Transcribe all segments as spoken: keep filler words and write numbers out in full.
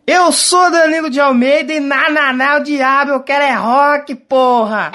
Eu sou Danilo de Almeida e na, na, na, o diabo, eu quero é rock, porra!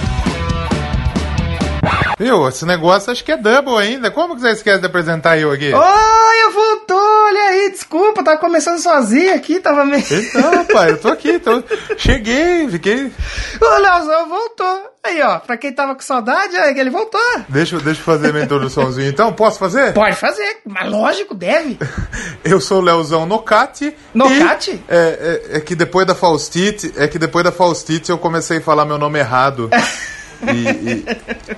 Viu, esse negócio acho que é double ainda. Como que você esquece de apresentar eu aqui? Oi, eu voltou, olha aí, desculpa, tava começando sozinho aqui, tava meio... Então, pai, eu tô aqui, tô... cheguei, fiquei... O Leozão voltou. Aí, ó, pra quem tava com saudade, ele voltou. Deixa, deixa eu fazer minha introduçãozinha então, posso fazer? Pode fazer, mas lógico, deve. Eu sou o Leozão Nocati. Nocati? É, é, é que depois da Faustite, é que depois da Faustite eu comecei a falar meu nome errado. E, e...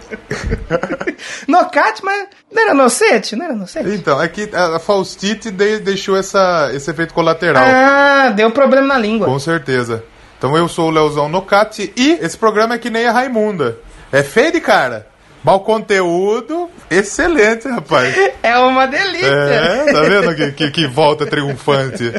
Nocate, mas não era Nocete? Não era Nocete? Então, é que a Faustite de, deixou essa, esse efeito colateral. Ah, deu problema na língua. Com certeza. Então eu sou o Leozão Nocati e esse programa é que nem a Raimunda. É feio de cara. Mau conteúdo, excelente, rapaz. É uma delícia. É, tá vendo que, que, que volta triunfante.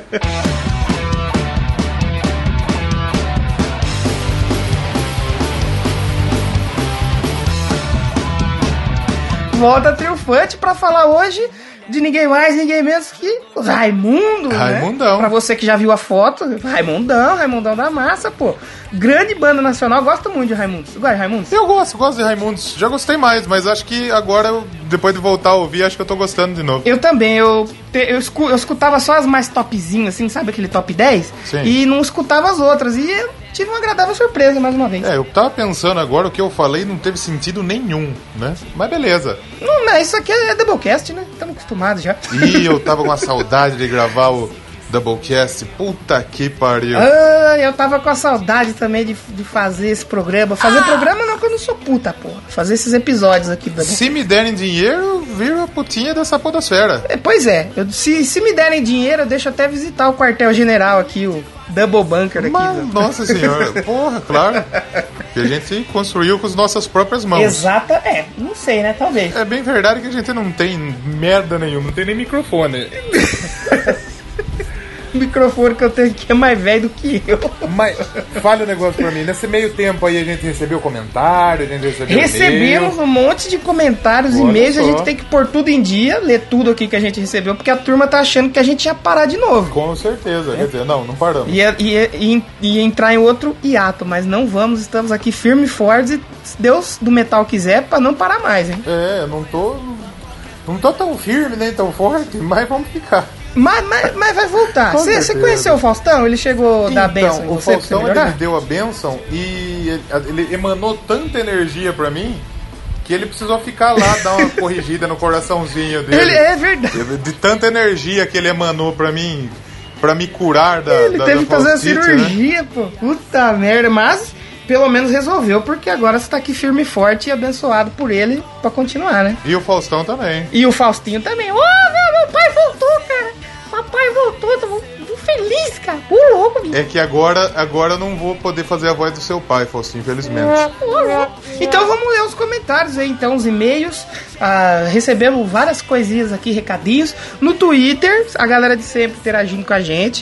Volta triunfante pra falar hoje de ninguém mais, ninguém menos que o Raimundo, Raimundão. Né? Pra você que já viu a foto, Raimundão, Raimundão da massa, pô. Grande banda nacional, gosto muito de Raimundos. Você gosta de Raimundos? Eu gosto, gosto de Raimundos. Já gostei mais, mas acho que agora, eu, depois de voltar a ouvir, acho que eu tô gostando de novo. Eu também, eu, te, eu, escu, eu escutava só as mais topzinhas, assim, sabe aquele top dez? Sim. E não escutava as outras, e eu tive uma agradável surpresa mais uma vez. É, eu tava pensando agora, o que eu falei não teve sentido nenhum, né? Mas beleza. Não, não, isso aqui é Doublecast, né? Estamos acostumados já. Ih, eu tava com a saudade de gravar o Doublecast. Puta que pariu. Ah, eu tava com a saudade também de, de fazer esse programa. Fazer ah. programa não, que eu não sou puta, porra. Fazer esses episódios aqui. Do... Se me derem dinheiro, eu viro a putinha dessa podosfera. É, pois é, eu, se, se me derem dinheiro, eu deixo até visitar o quartel-general aqui, o Double Bunker aqui. Mas, do... Nossa senhora, porra, claro. Que a gente construiu com as nossas próprias mãos. Exata, é, não sei, né, talvez. É bem verdade que a gente não tem merda nenhuma, não tem nem microfone. O microfone que eu tenho aqui é mais velho do que eu. Mas fale um negócio pra mim. Nesse meio tempo aí a gente recebeu comentário, a gente recebeu Recebemos e-mail. Um monte de comentários, Olha e-mails. só. A gente tem que pôr tudo em dia, ler tudo aqui que a gente recebeu, porque a turma tá achando que a gente ia parar de novo. Com certeza, é. Quer dizer, não, não paramos. Ia, ia, ia, ia entrar em outro hiato, mas não vamos, estamos aqui firme e fortes, e se Deus do metal quiser, pra não parar mais, hein? É, não tô. Não tô tão firme nem tão forte, mas vamos ficar. Mas, mas, mas vai voltar. Você conheceu o Faustão? Ele chegou a dar então, bênção em o você Faustão pra você ele melhorar? me deu a bênção e ele, ele emanou tanta energia pra mim que ele precisou ficar lá, dar uma corrigida no coraçãozinho dele. Ele é verdade. De, de tanta energia que ele emanou pra mim, pra me curar da Ele da, teve da que fazer uma Faustite, cirurgia, né? pô. Puta merda. Mas pelo menos resolveu, porque agora você tá aqui firme e forte e abençoado por ele pra continuar, né? E o Faustão também. E o Faustinho também. Ô, meu, meu pai voltou, cara. Papai voltou, tô muito feliz, cara. Ô, louco, bicho. É que agora, agora eu não vou poder fazer a voz do seu pai, Faustinho, infelizmente. Então vamos ler os comentários aí, então, os e-mails. Ah, recebemos várias coisinhas aqui, recadinhos. No Twitter, a galera de sempre interagindo com a gente.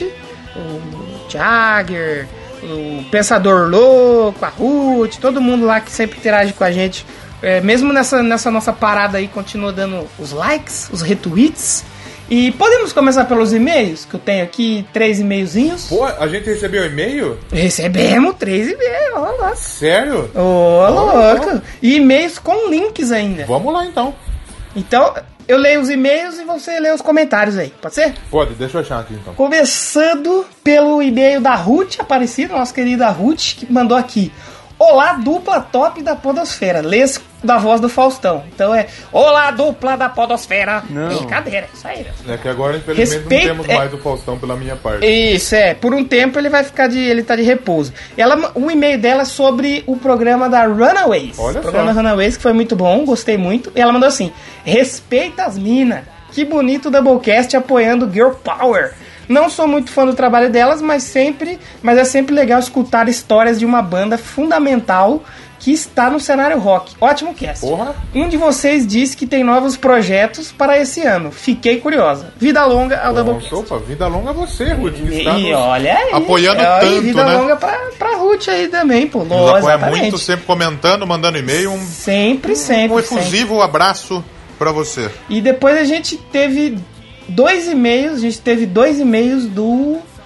O Jagger, o Pensador Louco, a Ruth, todo mundo lá que sempre interage com a gente. É, mesmo nessa, nessa nossa parada aí, continua dando os likes, os retweets. E podemos começar pelos e-mails, que eu tenho aqui três e-mailzinhos. Pô, a gente recebeu e-mail? Recebemos três e-mails, ó lá. Sério? Ô, oh, louco. E e-mails com links ainda. Vamos lá, então. Então, eu leio os e-mails e você lê os comentários aí, pode ser? Pode, deixa eu achar aqui, então. Começando pelo e-mail da Ruth Aparecida, nossa querida Ruth, que mandou aqui. Olá, dupla top da podosfera. Lê da voz do Faustão. Então é, olá, dupla da podosfera. Não. Brincadeira, isso aí. Né? É que agora, infelizmente, Respeita, não temos é... mais o Faustão pela minha parte. Isso, é. Por um tempo ele vai ficar de... Ele tá de repouso. Ela, o e-mail dela é sobre o programa da Runaways. Olha o programa só. Runaways, que foi muito bom, gostei muito. E ela mandou assim, respeita as minas. Que bonito o Doublecast apoiando Girl Power. Não sou muito fã do trabalho delas, mas sempre, mas é sempre legal escutar histórias de uma banda fundamental que está no cenário rock. Ótimo cast. Porra. Um de vocês disse que tem novos projetos para esse ano. Fiquei curiosa. Vida longa ao Doublecast. Opa, vida longa a você, Ruth. Que E, está e nos olha aí. apoiando olha aí, tanto, vida né? longa pra, pra Ruth aí também, pô. Nos apoia Exatamente. muito, sempre comentando, mandando e-mail. Um, Sempre, sempre. um efusivo sempre. abraço pra você. E depois a gente teve dois e-mails, a gente teve dois e-mails do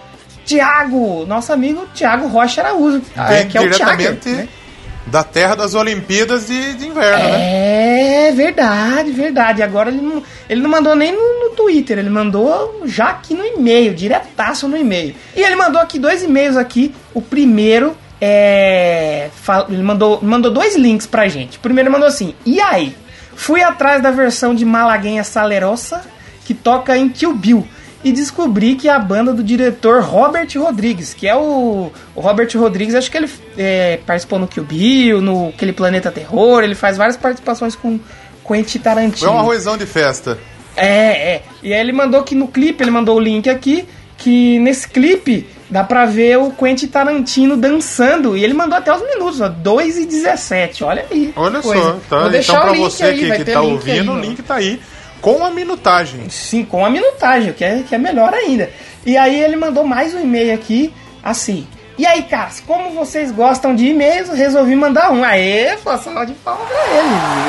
Thiago, nosso amigo Thiago Rocha Araújo, Vem que é o Thiago, diretamente né? da terra das Olimpíadas de, de inverno, é, né? É verdade, verdade. Agora ele não, ele não mandou nem no, no Twitter, ele mandou já aqui no e-mail, diretaço no e-mail. E ele mandou aqui dois e-mails aqui. O primeiro é... Ele mandou, mandou dois links pra gente. O primeiro ele mandou assim: e aí? Fui atrás da versão de Malagueña Salerosa que toca em Kill Bill e descobri que é a banda do diretor Robert Rodrigues, que é o, o Robert Rodrigues, acho que ele é, participou no Kill Bill, no aquele Planeta Terror, ele faz várias participações com Quentin Tarantino. É um arrozão de festa. É, é. E aí ele mandou que no clipe, ele mandou o link aqui, que nesse clipe dá pra ver o Quentin Tarantino dançando, e ele mandou até os minutos, ó, dois e dezessete, olha aí. Olha coisa. só, tá? Vou deixar então pra o link você aí, que, vai que ter tá link ouvindo, aí, o link tá aí. Com a minutagem. Sim, com a minutagem, que é, que é melhor ainda. E aí ele mandou mais um e-mail aqui, assim: e aí, caras, como vocês gostam de e-mails, resolvi mandar um. Aê, pô, salva de palmas pra ele.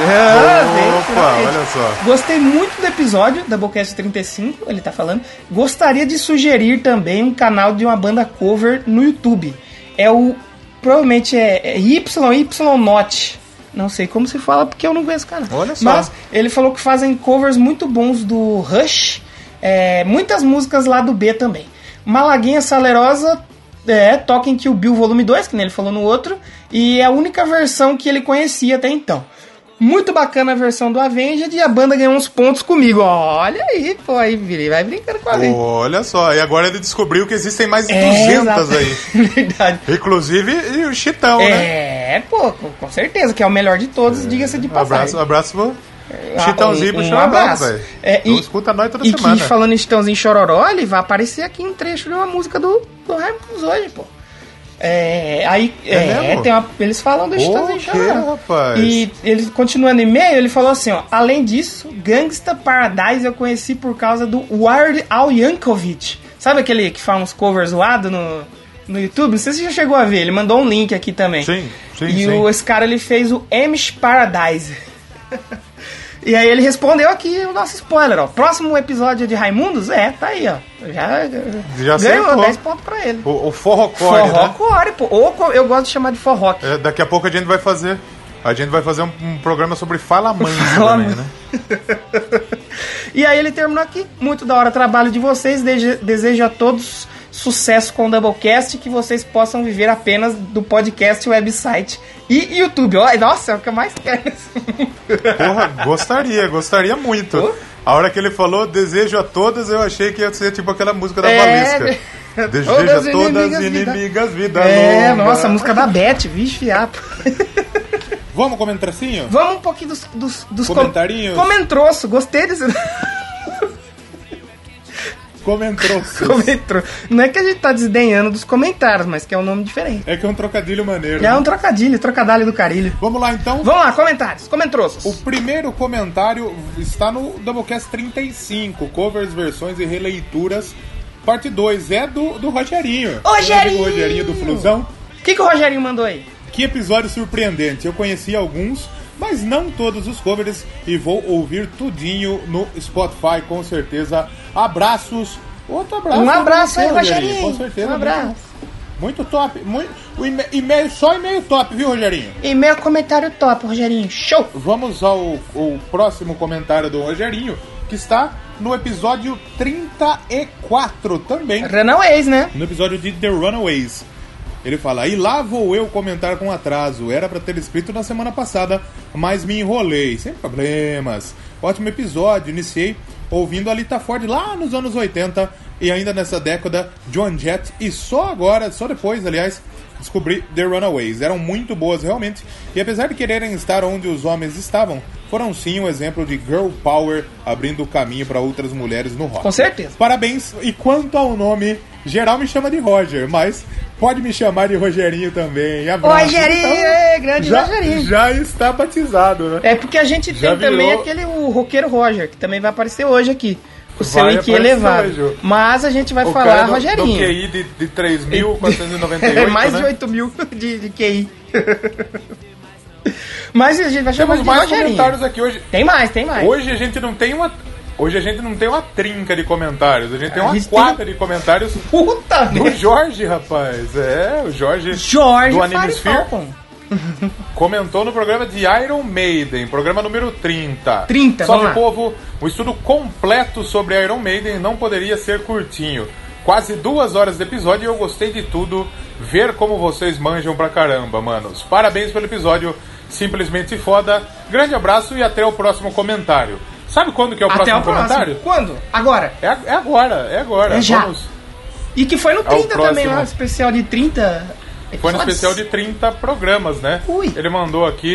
Opa, olha só. Gostei muito do episódio, Doublecast trinta e cinco, ele tá falando. Gostaria de sugerir também um canal de uma banda cover no YouTube. É o, provavelmente é, é Y Y Not. Não sei como se fala porque eu não conheço o canal. Olha só. Mas ele falou que fazem covers muito bons do Rush. É, muitas músicas lá do B também. Malagueña Salerosa é, toca em Kill Bill Volume dois, que nem ele falou no outro. E é a única versão que ele conhecia até então. Muito bacana a versão do Avenged e a banda ganhou uns pontos comigo. Olha aí, pô, aí vai brincando com a gente. Olha só, e agora ele descobriu que existem mais de É, duzentas exato. aí. Verdade. Inclusive e o Chitão, é, né? É, pô, com, com certeza, que é o melhor de todos, é. diga-se de Um passagem. abraço, um abraço pro Chitãozinho, um, pro um Chororó, abraço. velho. É, então e, escuta nós toda e semana. E que falando em Chitãozinho Chororó, ele vai aparecer aqui um trecho de uma música do, do Raimundos hoje, pô. É, aí é, é, tem uma, eles falam do Chitãozinho Chororó. Rapaz? E ele, continuando o e-mail, ele falou assim, ó: além disso, Gangsta Paradise eu conheci por causa do Weird Al Yankovic. Sabe aquele que faz uns covers zoados no, no YouTube? Não sei se você já chegou a ver, ele mandou um link aqui também. Sim, sim, E sim. O, esse cara, ele fez o Amish Paradise. E aí ele respondeu aqui o nosso spoiler, ó. Próximo episódio de Raimundos? É, tá aí, ó. Já, Já ganhou acertou. dez pontos pra ele. O, o forrocore, Forrocore, né? pô. Ou eu gosto de chamar de forroque. É, daqui a pouco a gente vai fazer. A gente vai fazer um, um programa sobre Fala Mansa Fala também, mansa. né? E aí ele terminou aqui. Muito da hora o trabalho de vocês. Desejo, desejo a todos sucesso com o Doublecast, que vocês possam viver apenas do podcast, website e YouTube. Oh, nossa, é o que eu mais quero nesse mundo. Porra, gostaria, gostaria muito. Oh? A hora que ele falou desejo a todas, eu achei que ia ser tipo aquela música da é, Valesca. Desejo todas a todas inimigas, inimigas, vida, vida é, longa. nossa, a música da Beth, vixe, fiapo. Vamos comentarcinho? Vamos um pouquinho dos, dos, dos comentarinhos. Com... Comentroço, gostei desse. Comentroços. Comentro. Não é que a gente tá desdenhando dos comentários, mas que é um nome diferente. É que é um trocadilho maneiro. É né? um trocadilho, trocadilho do carilho. Vamos lá então? Vamos lá, comentários, comentroços. O primeiro comentário está no Doublecast trinta e cinco, covers, versões e releituras, parte dois, é do, do Rogerinho. Rogerinho! O Rogerinho do Flusão. O que, que o Rogerinho mandou aí? Que episódio surpreendente, eu conheci alguns, mas não todos os covers, e vou ouvir tudinho no Spotify, com certeza. Abraços. Outro abraço. Um abraço aí, Rogerinho. Rogerinho. Com certeza. Um abraço. Muito, muito top. Muito, o e-mail, só e-mail top, viu, Rogerinho? E-mail comentário top, Rogerinho. Show! Vamos ao, ao próximo comentário do Rogerinho, que está no episódio trinta e quatro também. Runaways, né? No episódio de The Runaways. Ele fala: e lá vou eu comentar com atraso. Era pra ter escrito na semana passada, mas me enrolei. Sem problemas. Ótimo episódio. Iniciei ouvindo a Lita Ford lá nos anos oitenta e ainda nessa década John Jett. E só agora, só depois, aliás, descobri The Runaways. Eram muito boas realmente. E apesar de quererem estar onde os homens estavam, foram sim um exemplo de girl power, abrindo o caminho para outras mulheres no rock. Com certeza. Parabéns. E quanto ao nome, geral me chama de Roger, mas pode me chamar de Rogerinho também. Abraço. Rogerinho, então, grande já, Rogerinho. Já está batizado, né? É porque a gente já tem virou... também aquele o roqueiro Roger, que também vai aparecer hoje aqui. O seu vai I Q elevado. Hoje. Mas a gente vai o falar cara do, Rogerinho. do Q I de, de três mil quatrocentos e noventa e oito, É mais né? de oito mil de, de Q I. Mas a gente vai chamar Temos de mais Rogerinho. comentários aqui hoje. Tem mais, tem mais. Hoje a gente não tem uma... Hoje a gente não tem uma trinca de comentários, a gente tem uma gente quadra tem... de comentários Puta do merda. Jorge, rapaz. É, o Jorge, Jorge do Anime Sphere Falcon. comentou no programa de Iron Maiden, programa número trinta. trinta, Salve, vamos lá. povo, o estudo completo sobre Iron Maiden não poderia ser curtinho. Quase duas horas de episódio e eu gostei de tudo. Ver como vocês manjam pra caramba, manos. Parabéns pelo episódio, simplesmente foda. Grande abraço e até o próximo comentário. Sabe quando que é o Até próximo o próximo. comentário? Quando? Agora. É, é agora, é agora. É já. Vamos... E que foi no trinta próximo. também, lá, especial de trinta episódios. Foi no especial de trinta programas, né? Ui. Ele mandou aqui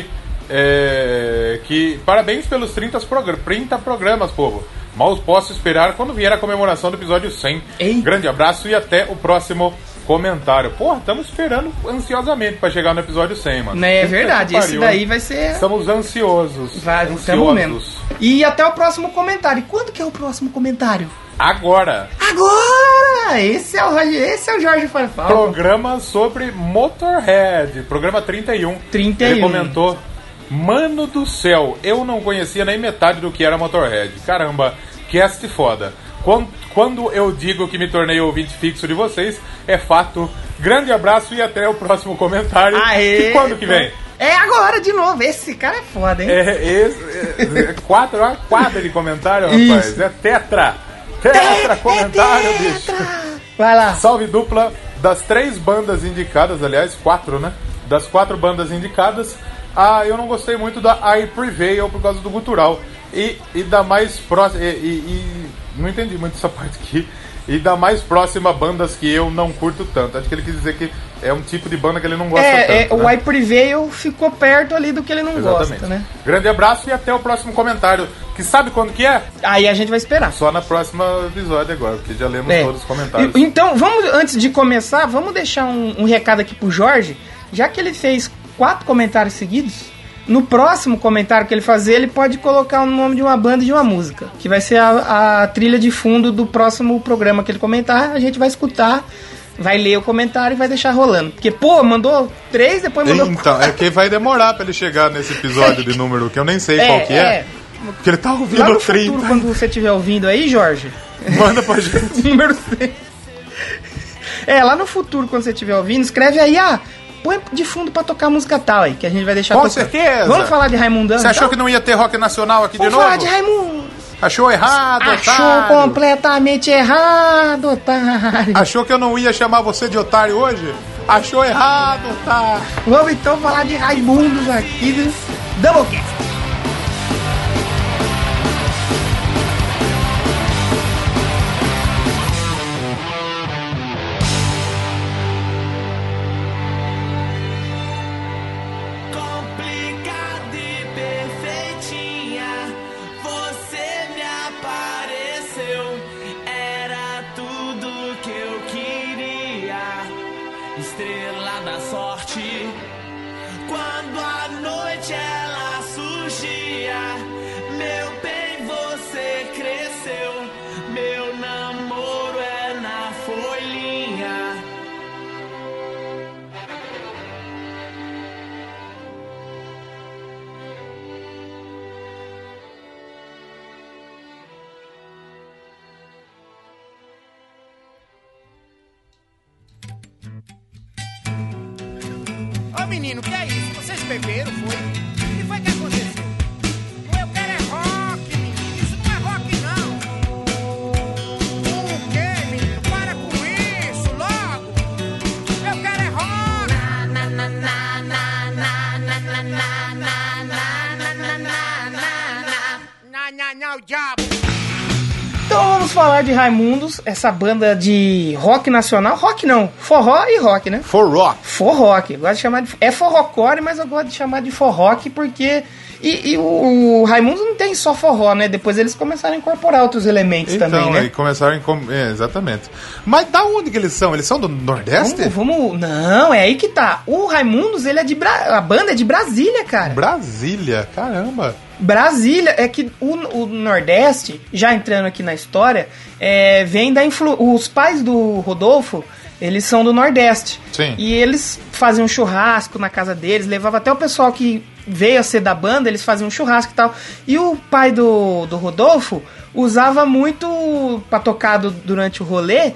é, que parabéns pelos trinta, progr- trinta programas, povo. Mal posso esperar quando vier a comemoração do episódio cem. Ei. Grande abraço e até o próximo comentário. Porra, estamos esperando ansiosamente pra chegar no episódio cem, mano. Né, é Puta verdade, que esse pariu, daí hein? vai ser... Estamos ansiosos. Vai, ansiosos. tamo mesmo. E até o próximo comentário. E quando que é o próximo comentário? Agora, Agora! Esse é o, Roger- esse é o Jorge Farfal. programa sobre Motorhead, programa trinta e um. trinta e um. Ele comentou: mano do céu, eu não conhecia nem metade do que era Motorhead. Caramba, cast foda. Quando, quando eu digo que me tornei ouvinte fixo de vocês, é fato. Grande abraço e até o próximo comentário. Aê, e quando que vem? É agora de novo. Esse cara é foda, hein? É, esse, é, é quatro, uma quadra de comentário, rapaz. Isso. É tetra. Tetra comentário, é bicho. Vai lá. Salve dupla das três bandas indicadas, aliás, quatro, né? Das quatro bandas indicadas, ah, eu não gostei muito da I Prevail por causa do gutural. E, e da mais próxima. E, e, e não entendi muito essa parte aqui. E da mais próxima, bandas que eu não curto tanto. Acho que ele quis dizer que é um tipo de banda que ele não gosta É, tanto. é, né? o I Prevail ficou perto ali do que ele não Exatamente. gosta, né? Grande abraço e até o próximo comentário. Que sabe quando que é? Aí a gente vai esperar. Só na próxima episódio agora, porque já lemos É. todos os comentários. E- Então, vamos, antes de começar, vamos deixar um, um recado aqui pro Jorge. Já que ele fez quatro comentários seguidos, no próximo comentário que ele fazer, ele pode colocar o nome de uma banda e de uma música, que vai ser a, a trilha de fundo do próximo programa que ele comentar. A gente vai escutar, vai ler o comentário e vai deixar rolando. Porque, pô, mandou três, depois mandou Então, é que vai demorar pra ele chegar nesse episódio de número que eu nem sei É, qual que é. é. Porque ele tá Lá ouvindo no trinta. futuro, quando você estiver ouvindo aí, Jorge, Manda pra gente. número cem. É, lá no futuro, quando você estiver ouvindo, escreve aí, ah, põe de fundo pra tocar música tal aí, que a gente vai deixar Com tocando. certeza. Vamos falar de Raimundão? Você achou então? que não ia ter rock nacional aqui Vamos de novo? falar de Raimundo. Achou errado, Achou otário. completamente errado, otário. Achou que eu não ia chamar você de otário hoje? Achou errado, otário. Vamos então falar de Raimundos aqui do Doublecast. Complicada e perfeitinha, você me apareceu. Era tudo que eu queria. Estrela da sorte. Quando a noite ela surgia, meu bem, você cresceu. Meu namoro é na folhinha. Ô menino, que é isso? Vocês beberam, foi? O que foi que aconteceu? Eu quero é rock, menino. Isso não é rock, não. O quê, menino? Para com isso, logo. Eu quero é rock. Na, na, na, na, na, na, na, na, na, na, na, na, na, na, na. Na, na, na, o diabo. Então vamos falar de Raimundos, essa banda de rock nacional. Rock não, forró e rock, né? For rock. Forrock, eu gosto de chamar de... É forrocore, mas eu gosto de chamar de forrock porque... E, e o, o Raimundos não tem só forró, né? Depois eles começaram a incorporar outros elementos Então, também, né? aí começaram em... com- é, exatamente. Mas da onde que eles são? Eles são do Nordeste? Vamos, vamos... Não, é aí que tá. O Raimundos, ele é de... Bra... A banda é de Brasília, cara. Brasília, caramba. Brasília, é que o, o Nordeste, já entrando aqui na história, é, vem da influ... Os pais do Rodolfo, eles são do Nordeste. Sim. E eles faziam um churrasco na casa deles, levava até o pessoal que veio a ser da banda, eles faziam um churrasco e tal. E o pai do, do Rodolfo, usava muito, pra tocar do, durante o rolê,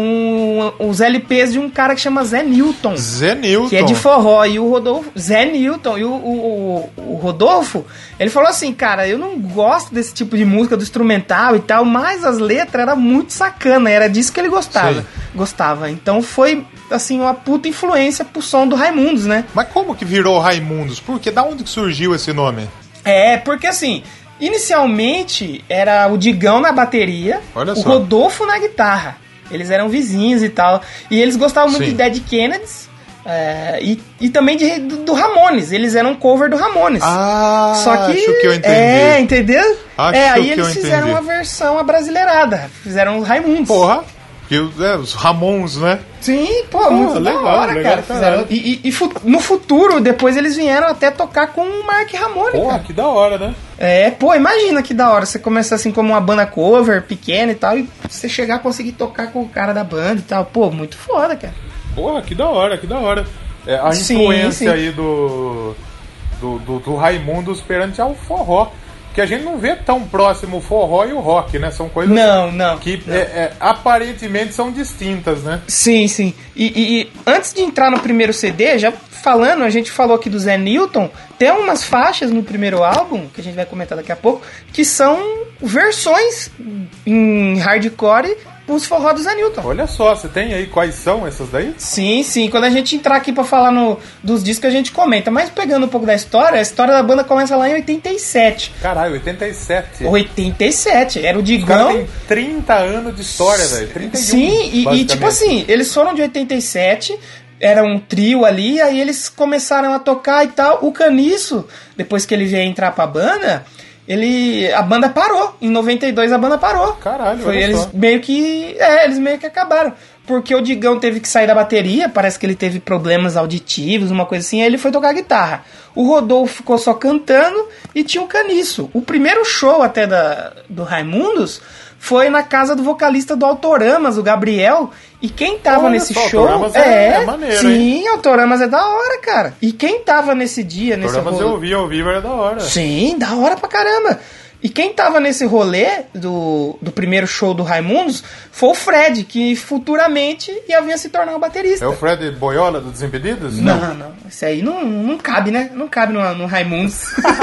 um, os L Ps de um cara que chama Zé Newton. Zé Newton. Que é de forró. E o Rodolfo... Zé Newton. E o, o, o, o Rodolfo, ele falou assim, cara, eu não gosto desse tipo de música, do instrumental e tal, mas as letras eram muito sacana. Era disso que ele gostava. Sei. Gostava. Então foi, assim, uma puta influência pro som do Raimundos, né? Mas como que virou Raimundos? Por quê? Da onde que surgiu esse nome? É, porque assim... Inicialmente era o Digão na bateria, Olha o só. Rodolfo na guitarra. Eles eram vizinhos e tal. E eles gostavam muito Sim. de Dead Kennedys é, e, e também de, do, do Ramones. Eles eram um cover do Ramones. Ah, Só que, acho que eu entendi. É, entendeu? Acho é, aí que eles eu fizeram entendi. uma versão abrasileirada. Fizeram os Raimundos. Porra, que, é, os Ramons, né? Sim, pô, muito legal, da hora, legal, cara. caralho. Fizeram, e e, e fu- no futuro, depois eles vieram até tocar com o Mark Ramone, Porra, cara. que da hora, né? É, pô, imagina que da hora você começar assim como uma banda cover pequena e tal, e você chegar a conseguir tocar com o cara da banda e tal. Pô, muito foda, cara. Porra, que da hora, que da hora. É, a Sim, influência sim. aí do, do, do, do Raimundos perante ao forró. Que a gente não vê tão próximo o forró e o rock, né? São coisas Não, não. que não. é, é, aparentemente são distintas, né? Sim, sim. E, e- e antes de entrar no primeiro C D, já falando, a gente falou aqui do Zé Newton, tem umas faixas no primeiro álbum, que a gente vai comentar daqui a pouco, que são versões em hardcore pros forró do Zé Newton. Olha só, você tem aí quais são essas daí? Sim, sim. Quando a gente entrar aqui pra falar no, dos discos, a gente comenta. Mas pegando um pouco da história, a história da banda começa lá em oitenta e sete. Caralho, oitenta e sete. oitenta e sete. Era o Os caras Digão... têm trinta anos de história, velho. trinta e um. Sim, e, e basicamente. tipo assim, eles foram de oitenta e sete, era um trio ali, aí eles começaram a tocar e tal. O Caniço, depois que ele veio entrar pra banda, ele a banda parou. Em noventa e dois a banda parou. Caralho, Foi, olha eles só. meio que, é, eles meio que acabaram. Porque o Digão teve que sair da bateria, parece que ele teve problemas auditivos, uma coisa assim, aí ele foi tocar guitarra. O Rodolfo ficou só cantando e tinha o Caniço. O primeiro show até da, do Raimundos foi na casa do vocalista do Autoramas, o Gabriel. E quem tava Olha nesse só, show... Autoramas é- é maneiro, sim, Autoramas é da hora, cara. E quem tava nesse dia, nesse Programas eu rolê... ouvi ao vivo, era da hora. Sim, da hora pra caramba. E quem tava nesse rolê do, do primeiro show do Raimundos foi o Fred, que futuramente ia vir a se tornar o baterista. É o Fred Boiola do Desimpedidos? Não, não. Isso aí não, não cabe, né? Não cabe no, no Raimundos.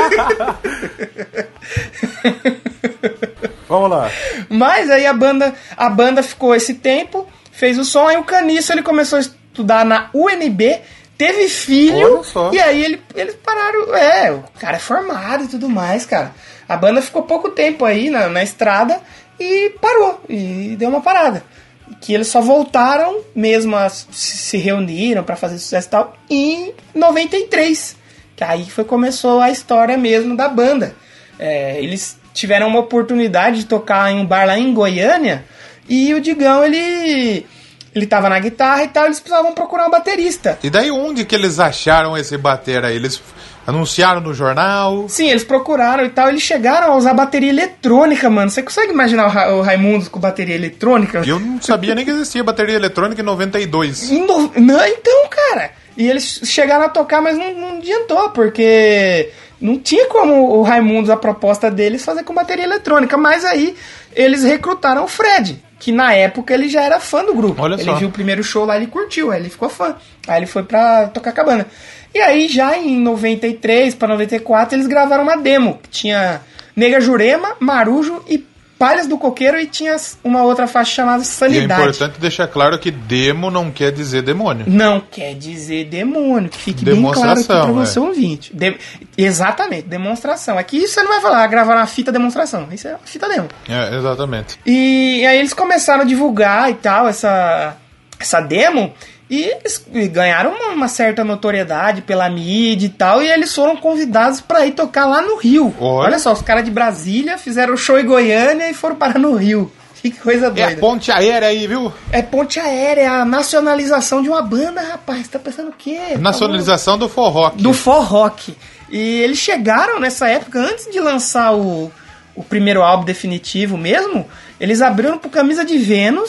Vamos lá. Mas aí a banda, a banda ficou esse tempo, fez o som, aí o Caniço ele começou a estudar na U N B, teve filho, Olha só. e aí ele, eles pararam. É, o cara é formado e tudo mais, cara. A banda ficou pouco tempo aí na, na estrada e parou, e deu uma parada. Que eles só voltaram mesmo, a, se, se reuniram pra fazer sucesso e tal, em noventa e três. Que aí foi começou a história mesmo da banda. É, eles tiveram uma oportunidade de tocar em um bar lá em Goiânia, e o Digão, ele ele tava na guitarra e tal, eles precisavam procurar um baterista. E daí onde que eles acharam esse bater aí? Eles anunciaram no jornal? Sim, eles procuraram e tal, eles chegaram a usar bateria eletrônica, mano. Você consegue imaginar o, Ra- o Raimundos com bateria eletrônica? E eu não sabia nem que existia bateria eletrônica em noventa e dois. Em no- Não, então, cara. E eles chegaram a tocar, mas não, não adiantou, porque não tinha como o Raimundos, a proposta deles, fazer com bateria eletrônica. Mas aí eles recrutaram o Fred, que na época ele já era fã do grupo. Olha ele só. viu o primeiro show lá, ele curtiu, aí ele ficou fã. Aí ele foi pra tocar com a banda. E aí já em noventa e três pra noventa e quatro eles gravaram uma demo, que tinha Nega Jurema, Marujo e Palhas do Coqueiro, e tinha uma outra faixa chamada E é Sanidade. importante deixar claro que demo não quer dizer demônio. Não quer dizer demônio, que fique bem claro aqui pra Demonstração, você é. ouvinte. De- Exatamente, demonstração. Aqui você não vai falar, gravar uma fita demonstração. Isso é uma fita demo. É, exatamente. E aí eles começaram a divulgar e tal, essa, essa demo, e eles ganharam uma, uma certa notoriedade pela mídia e tal, e eles foram convidados pra ir tocar lá no Rio. Olha. Olha só, os caras de Brasília fizeram show em Goiânia e foram parar no Rio. Que coisa É a doida. ponte aérea aí, viu? É ponte aérea, é a nacionalização de uma banda, rapaz. Tá pensando o quê? Nacionalização do forró. aqui. Do forrock. E eles chegaram nessa época, antes de lançar o, o primeiro álbum definitivo mesmo, eles abriram pro Camisa de Vênus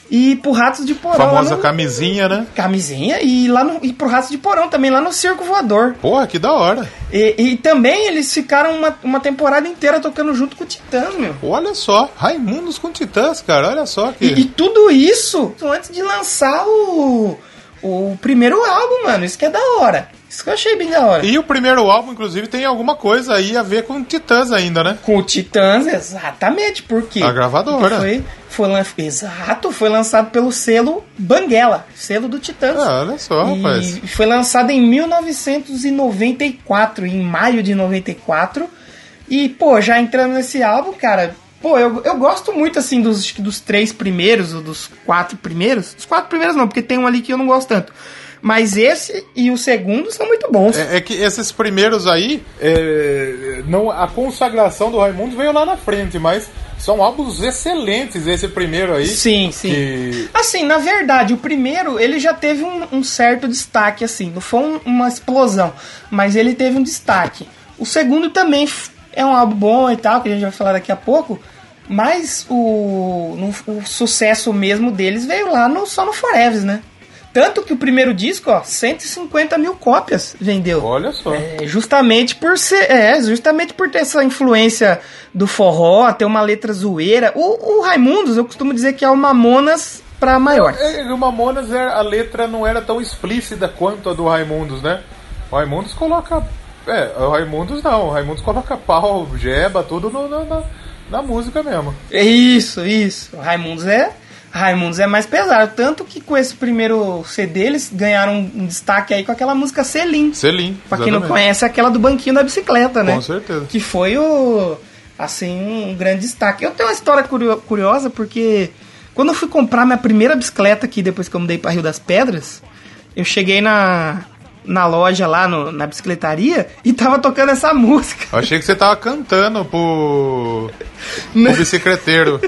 E pro Ratos de Porão. Famosa no... camisinha, né? Camisinha. E, lá no... e pro Ratos de Porão também, lá no Circo Voador. Porra, que da hora. E, e também eles ficaram uma, uma temporada inteira tocando junto com o Titãs, meu. Olha só, Raimundos com Titãs, cara, olha só que... E, e tudo isso antes de lançar o, o primeiro álbum, mano. Isso que é da hora. Isso que eu achei bem da hora. E o primeiro álbum, inclusive, tem alguma coisa aí a ver com Titãs ainda, né? Com o Titãs, exatamente, porque... A gravadora. Foi, foi, lan- exato, foi lançado pelo selo Banguela, selo do Titãs. Ah, olha só, rapaz. E foi lançado em mil novecentos e noventa e quatro, em maio de noventa e quatro. E, pô, já entrando nesse álbum, cara... Pô, eu, eu gosto muito, assim, dos, dos três primeiros, ou dos quatro primeiros. Os quatro primeiros não, porque tem um ali que eu não gosto tanto. Mas esse e o segundo são muito bons. É, é que esses primeiros aí, é, não, a consagração do Raimundos veio lá na frente, mas são álbuns excelentes esse primeiro aí. Sim, sim. Que... Assim, na verdade, o primeiro, ele já teve um, um certo destaque, assim. Não foi um, uma explosão, mas ele teve um destaque. O segundo também f- é um álbum bom e tal, que a gente vai falar daqui a pouco. Mas o, no, o sucesso mesmo deles veio lá no, só no Forever, né? Tanto que o primeiro disco, ó, cento e cinquenta mil cópias vendeu. Olha só. É, justamente por ser, é, justamente por ter essa influência do forró, ter uma letra zoeira. O, o Raimundos, eu costumo dizer que é o Mamonas pra maior. É, o Mamonas, a letra não era tão explícita quanto a do Raimundos, né? O Raimundos coloca... É, o Raimundos não. O Raimundos coloca pau, jeba, tudo no, na, na, na música mesmo. Isso, isso. O Raimundos é... Raimundos é mais pesado, tanto que com esse primeiro C D eles ganharam um destaque aí com aquela música Selim. Selim, pra quem não conhece, é aquela do banquinho da bicicleta, né? Com certeza. Que foi o, assim, um grande destaque. Eu tenho uma história curio- curiosa, porque quando eu fui comprar minha primeira bicicleta aqui, depois que eu mudei pra Rio das Pedras, eu cheguei na, na loja lá, no, na bicicletaria, e tava tocando essa música. Eu achei que você tava cantando pro, pro bicicleteiro.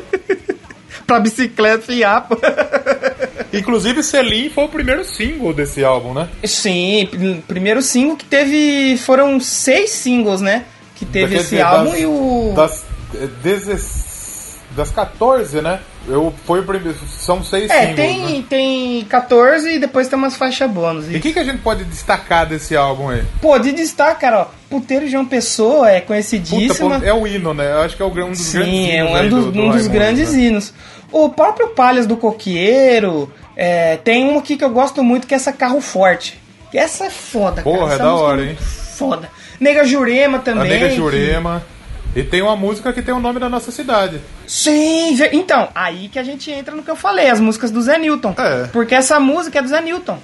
Pra bicicleta fiar, pô. Inclusive, Selim foi o primeiro single desse álbum, né? Sim, pr- primeiro single que teve... Foram seis singles, né? Que teve Quer esse dizer, álbum das, e o... Das, eh, dezes, das quatorze, né? Eu, foi o primeiro, são seis É, singles, tem, né? tem quatorze e depois tem umas faixas bônus. E o que, que a gente pode destacar desse álbum aí? Pô, de destaque, cara, ó, Puteiro João Pessoa é Puta, conhecidíssima. pô, é o hino, né? Eu acho que é o, um dos grandes Sim, é hinos um, aí dos, do, do um dos Raimundos, grandes né? hinos. O próprio Palhas do Coqueiro, é, tem um aqui que eu gosto muito, que é essa Carro Forte. Essa é foda, Porra, cara. é Essa da música hora, é hein? Foda. Nega Jurema A também. Nega que- Jurema. E tem uma música que tem o nome da nossa cidade. Sim, ve- então, aí que a gente entra no que eu falei, as músicas do Zé Newton. É. Porque essa música é do Zé Newton.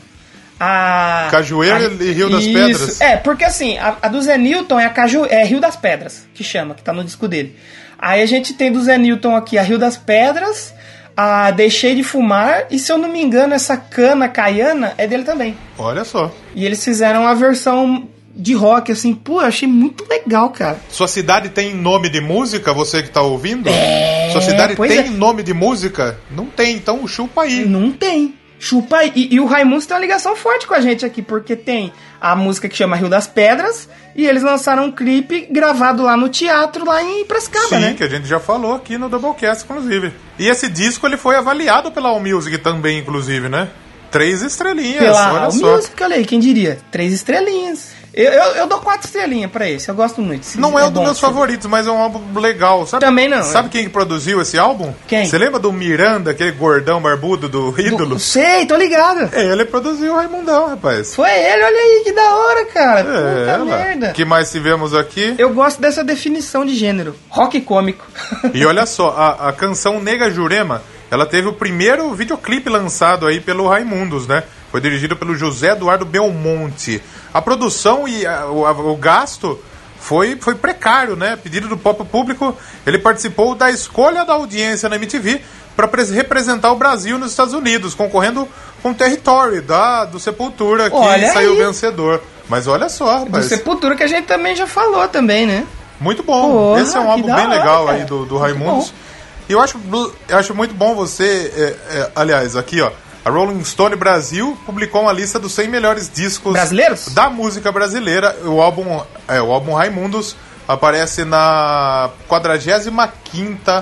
A, Cajueiro a- e Rio das isso. Pedras. É, porque assim, a, a do Zé Newton é a Caju, é Rio das Pedras, que chama, que tá no disco dele. Aí a gente tem do Zé Newton aqui a Rio das Pedras, a Deixei de Fumar, e se eu não me engano, essa Cana Caiana é dele também. Olha só. E eles fizeram a versão de rock, assim, pô, eu achei muito legal, cara. Sua cidade tem nome de música, você que tá ouvindo? É, Sua cidade pois tem é. nome de música? Não tem, então chupa aí. Não tem. Chupa aí. E, e o Raimundos tem uma ligação forte com a gente aqui, porque tem a música que chama Rio das Pedras, e eles lançaram um clipe gravado lá no teatro, lá em Piracicaba, Sim, né? que a gente já falou aqui no Doublecast, inclusive. E esse disco ele foi avaliado pela AllMusic também, inclusive, né? Três estrelinhas, Pela olha All só. Music, olha aí, quem diria? Três estrelinhas. Eu, eu, eu dou quatro estrelinhas pra esse, eu gosto muito. Esse Não é, um dos bom, meus esse- favoritos, mas é um álbum legal. Sabe, Também não, Sabe é. quem que produziu esse álbum? Quem? Você lembra do Miranda, aquele gordão barbudo do Ídolo? Do- Sei, tô ligado. É, ele produziu o Raimundão, rapaz. Foi ele, olha aí, que da hora, cara. É, Puta lá. merda. que mais tivemos aqui? Eu gosto dessa definição de gênero. Rock cômico. E olha só, a, a canção Nega Jurema, ela teve o primeiro videoclipe lançado aí pelo Raimundos, né? Foi dirigido pelo José Eduardo Belmonte. A produção e a- o, a- o gasto foi, foi precário, né? Pedido do próprio público, ele participou da escolha da audiência na M T V para representar o Brasil nos Estados Unidos, concorrendo com o Territory da, do Sepultura, que Olha saiu aí. vencedor. Mas olha só, Do rapaz. Sepultura, que a gente também já falou também, né? Muito bom. Porra, Esse é um que álbum da bem hora, legal cara. aí do, do Muito Raimundos. E eu acho, eu acho muito bom você... é, é, aliás, aqui, ó. A Rolling Stone Brasil publicou uma lista dos cem melhores discos... Brasileiros? Da música brasileira. O álbum, é, o álbum Raimundos aparece na quadragésima quinta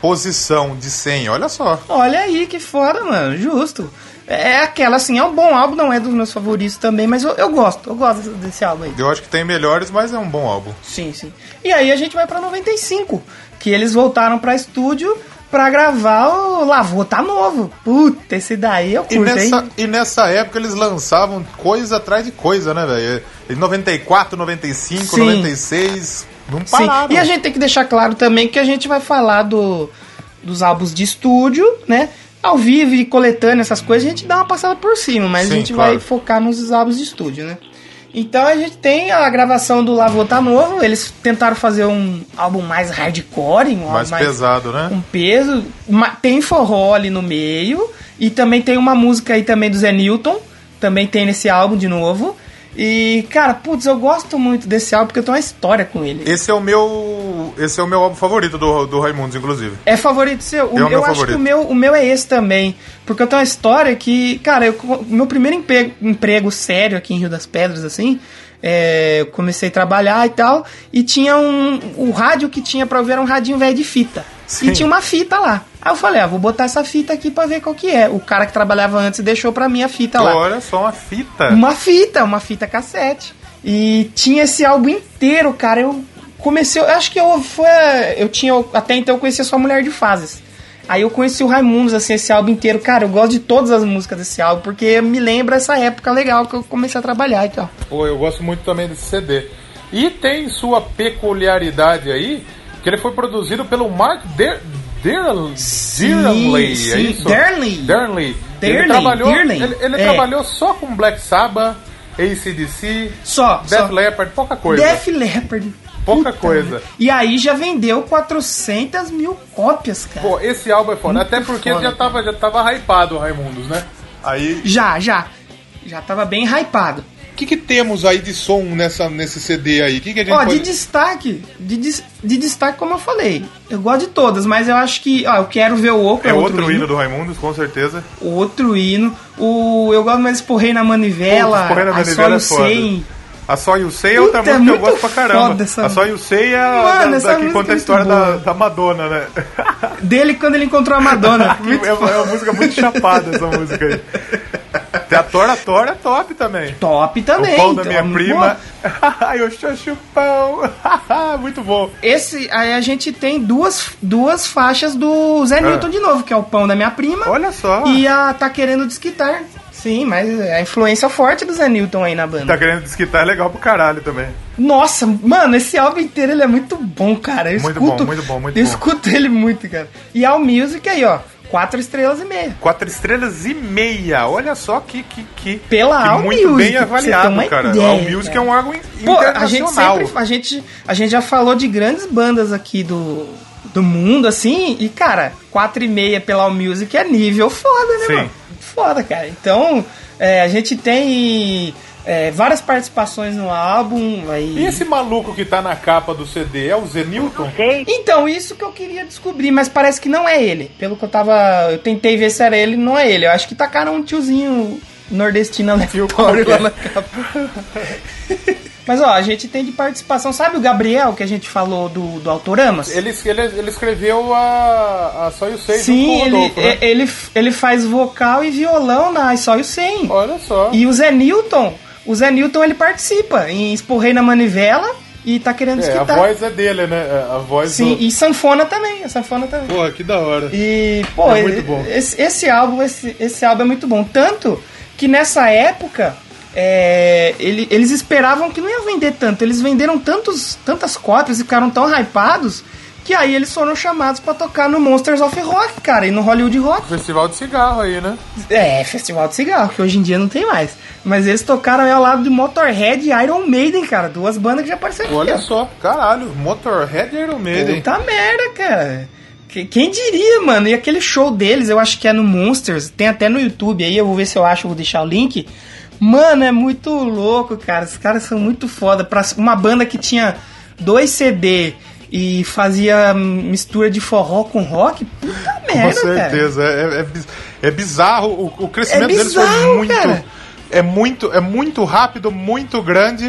posição de cem, olha só. Olha aí, que foda, mano, justo. É aquela, assim, é um bom álbum, não é dos meus favoritos também, mas eu, eu gosto, eu gosto desse álbum aí. Eu acho que tem melhores, mas é um bom álbum. Sim, sim. E aí a gente vai pra noventa e cinco, que eles voltaram pra estúdio pra gravar o Lavô Tá Novo. Puta, esse daí eu curto, e nessa, hein? E nessa época eles lançavam coisa atrás de coisa, né, velho? Em noventa e quatro, noventa e cinco, Sim. noventa e seis, não pararam. Sim. E a gente tem que deixar claro também que a gente vai falar do, dos álbuns de estúdio, né? Ao vivo e coletando essas coisas, a gente dá uma passada por cima, mas Sim, a gente claro. vai focar nos álbuns de estúdio, né? Então a gente tem a gravação do Lavô Tá Novo, eles tentaram fazer um álbum mais hardcore, um mais, álbum mais pesado, né? com peso, ma- tem forró ali no meio, e também tem uma música aí também do Zé Newton, também tem nesse álbum de novo. E, cara, putz, eu gosto muito desse álbum porque eu tenho uma história com ele. Esse é o meu, esse é o meu álbum favorito do, do Raimundos, inclusive. É favorito seu? O, É o eu meu acho favorito. que o meu, o meu é esse também. Porque eu tenho uma história que, cara, o meu primeiro emprego, emprego sério aqui em Rio das Pedras, assim, é, eu comecei a trabalhar e tal, e tinha um. O rádio que tinha pra ouvir era um radinho velho de fita. Sim. E tinha uma fita lá. Aí eu falei, ah, vou botar essa fita aqui pra ver qual que é. O cara que trabalhava antes deixou pra mim a fita lá. Olha só, uma fita. Uma fita, uma fita cassete. E tinha esse álbum inteiro, cara. Eu comecei, eu acho que eu foi, eu tinha até então eu conhecia só Mulher de Fases. Aí eu conheci o Raimundos, assim, esse álbum inteiro. Cara, eu gosto de todas as músicas desse álbum, porque me lembra essa época legal que eu comecei a trabalhar e tal. Pô, eu gosto muito também desse C D. E tem sua peculiaridade aí, que ele foi produzido pelo Mark Der... Der... Sim, Dearly, é sim. isso? Dearly. Dearly. Ele Dearly, trabalhou, Dearly. ele, ele É. trabalhou só com Black Sabbath, A C D C, Só, Def só. Leppard, pouca coisa. Def Leppard. Pouca Puta, coisa. mano. E aí já vendeu quatrocentas mil cópias, cara. Pô, esse álbum é foda. Muito Até porque foda, já tava, já tava hypado o Raimundos, né? Aí... Já, já. Já tava bem hypado. O que, que temos aí de som nessa, nesse C D aí? O que, que a gente Ó, pode... de destaque, de, dis- de destaque, como eu falei, eu gosto de todas, mas eu acho que, ó, eu quero ver o Oco, É outro hino do Raimundos, com certeza. outro hino, o, eu gosto mais de Esporrei na Manivela, Pô, Esporrei na a Manivela Só é eu foda. sei. A Só You Sei é outra Puta, é música que eu muito gosto pra caramba. foda essa A Só You Sei é a Mano, da, essa da que música conta é a história muito da, boa. da Madonna, né? Dele quando ele encontrou a Madonna. Que Muito é, uma, é uma música muito chapada essa música aí. Tem a Tora Tora é top também. Top também. O pão da então, minha muito prima. boa. Ai, eu xoxo o pão. Muito bom. Esse, aí a gente tem duas, duas faixas do Zé Newton de novo, que é o Pão da Minha Prima. Olha só. E a Tá Querendo Desquitar. Sim, mas a influência forte do Zé Newton aí na banda. Tá querendo desquitar, é legal pro caralho também. Nossa, mano, esse álbum inteiro ele é muito bom, cara. Eu Muito escuto, bom, muito bom, muito eu bom. escuto ele muito, cara. E a Music aí, ó, quatro estrelas e meia. Quatro estrelas e meia. Olha só que, que, que, Pela que All muito Music, bem pra você ter avaliado, uma cara. ideia, A All Music cara. é um órgão Pô, internacional. a gente sempre, a gente, a gente já falou de grandes bandas aqui do, do mundo, assim, e, cara, quatro e meia pela All Music é nível foda, né, Sim. mano? Foda, cara. Então, é, a gente tem é, várias participações no álbum. Aí... E esse maluco que tá na capa do C D é o Zé Newton? Então, isso que eu queria descobrir, mas parece que não é ele. Pelo que eu tava. Eu tentei ver se era ele, não é ele. Eu acho que tacaram um tiozinho nordestino aleatório lá na capa. Mas ó, a gente tem de participação. Sabe o Gabriel que a gente falou do, do Autoramas? Ele, ele, ele escreveu a, a Só You Sei Sim, junto com o ele, Rodolfo, né? ele, ele faz vocal e violão na I Saw You Saying. Olha só. E o Zé Newton, o Zé Newton ele participa em Esporrei na Manivela e Tá Querendo É, a Desquitar. voz é dele, né? A voz Sim, do... e sanfona também, a sanfona também. Porra, que da hora. E, pô, É muito bom. Esse, esse álbum, esse, esse álbum é muito bom. Tanto que nessa época, é, ele, eles esperavam que não ia vender tanto. Eles venderam tantos, tantas cópias e ficaram tão hypados que aí eles foram chamados pra tocar no Monsters of Rock, cara, e no Hollywood Rock. Festival de cigarro aí, né? É, Festival de Cigarro, que hoje em dia não tem mais. Mas eles tocaram aí ao lado de Motorhead e Iron Maiden, cara. Duas bandas que já apareceram aqui. Olha ó. só, caralho. Motorhead e Iron Maiden. Puta merda, cara. Que- Quem diria, mano? E aquele show deles, eu acho que é no Monsters, tem até no YouTube aí, eu vou ver se eu acho, vou deixar o link. Mano, é muito louco, cara. Os caras são muito foda. Pra uma banda que tinha dois C D e fazia mistura de forró com rock, puta merda, Com cara. certeza. É, é, biz- é bizarro. O, o crescimento É deles foi bizarro, muito. cara. É muito, é muito rápido, muito grande.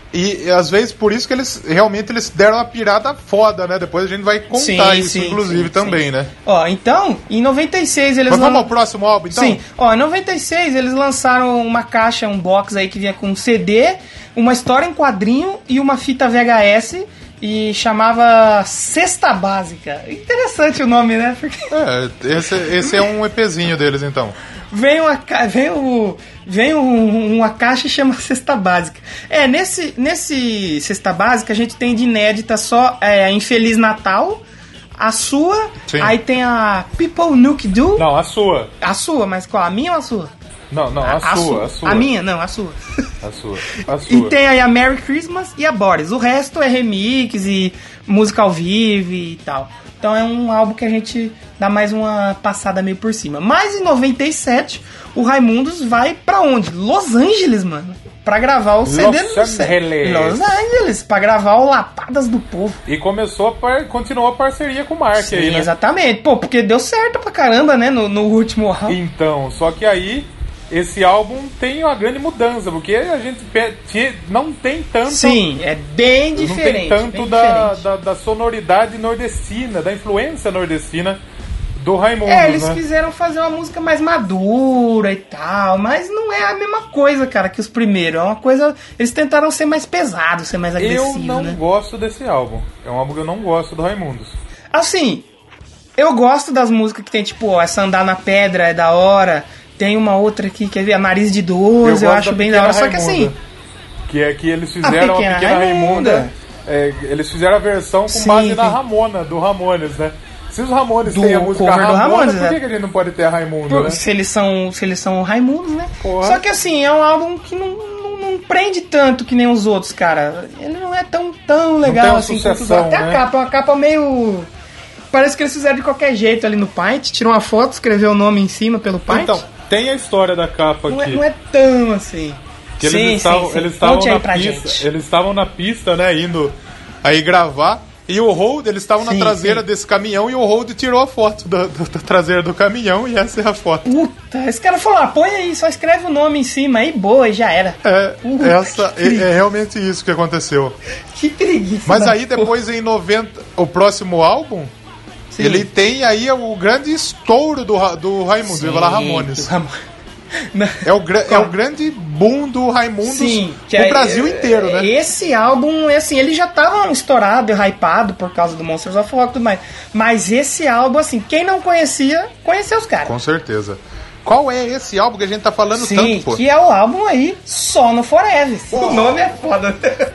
E, e às vezes por isso que eles realmente eles deram uma pirada foda, né? Depois a gente vai contar Sim, isso, sim, inclusive, sim, também, sim. né? Ó, então, em noventa e seis eles... Mas vamos lan- ao próximo álbum, então? Sim, ó, em noventa e seis eles lançaram uma caixa, um box aí que vinha com um C D, uma história em quadrinho e uma fita V H S e chamava Cesta Básica. Interessante o nome, né? Porque É, esse, esse é um EPzinho deles, então. vem uma, ca- vem o, vem um- uma caixa e chama Cesta Básica. É, nesse, nesse Cesta Básica a gente tem de inédita só é, a Infeliz Natal, a sua, Sim. aí tem a People Nuke Do, Não, a sua. a sua, mas qual? A minha ou a sua? Não, não, a, sua, a sua. A minha? Não, a sua. A sua. A sua. E tem aí a Merry Christmas e a Boris. O resto é remix e música ao vivo e tal. Então é um álbum que a gente dá mais uma passada meio por cima. Mas em noventa e sete, o Raimundos vai pra onde? Los Angeles, mano. Pra gravar o C D Los no C- Angeles. Los Angeles. Pra gravar o Lapadas do Povo. E começou a par... continuou a parceria com o Mark Sim, aí, né? exatamente. Pô, porque deu certo pra caramba, né? No, no último álbum. Então, só que aí esse álbum tem uma grande mudança, porque a gente pe- te- não tem tanto. Sim, é bem diferente. Não tem tanto bem da, diferente. da, da sonoridade nordestina, da influência nordestina do Raimundos, É, eles né? quiseram fazer uma música mais madura e tal, mas não é a mesma coisa, cara, que os primeiros. É uma coisa. Eles tentaram ser mais pesados, ser mais agressivos, Eu não né? gosto desse álbum. É um álbum que eu não gosto do Raimundos. Assim, eu gosto das músicas que tem, tipo, ó, essa Andar na Pedra é da hora. Tem uma outra aqui, quer ver? A Nariz de doze, eu, gosto acho da bem da hora. Pequena Só que Raimunda, assim. Que é que eles fizeram a Pequena Pequena Raimunda. Raimunda. É, eles fizeram a versão com Sim, base na sim. Ramona, do Ramones, né? Se os Ramones Do têm a música cover do Ramona, Ramones, por é. que, que a gente não pode ter a Raimunda, Por- né? se eles são se eles são Raimundos, né? Porra. Só que assim, é um álbum que não, não, não prende tanto que nem os outros, cara. Ele não é tão, tão legal tem uma assim quanto os sucessão, outros. Até né? a capa, uma capa meio... Parece que eles fizeram de qualquer jeito ali no Paint. Tirou uma foto, escreveu o nome em cima pelo Paint. Então, tem a história da capa não, é, aqui. não é tão assim. Que eles Sim, estavam, sim, sim. eles estavam Conte aí na pra pista, gente. eles estavam na pista, né, indo aí gravar. E o Hold, eles estavam na Sim, traseira sim. desse caminhão e o Hold tirou a foto da, da- da traseira do caminhão e essa é a foto. Puta, esse cara falou, ah, põe aí, só escreve o nome em cima aí, boa, e já era. É, Puta, essa, que é, preguiça. é realmente isso que aconteceu. Que preguiça. Mas da aí depois em noventa, o próximo álbum, Sim. ele tem aí o grande estouro do, Ra- do Raimundo, eu ia falar Ramones. Ram- Não. É o, gra- é o grande boom do Raimundos Sim, que no é- Brasil inteiro, né? Esse álbum, é assim, ele já tava estourado e hypado por causa do Monsters of Rock e tudo mais. Mas esse álbum, assim, quem não conhecia, conheceu os caras. Com certeza. Qual é esse álbum que a gente tá falando Sim, tanto, pô? que é o álbum aí, Só no Forever. O nome é foda.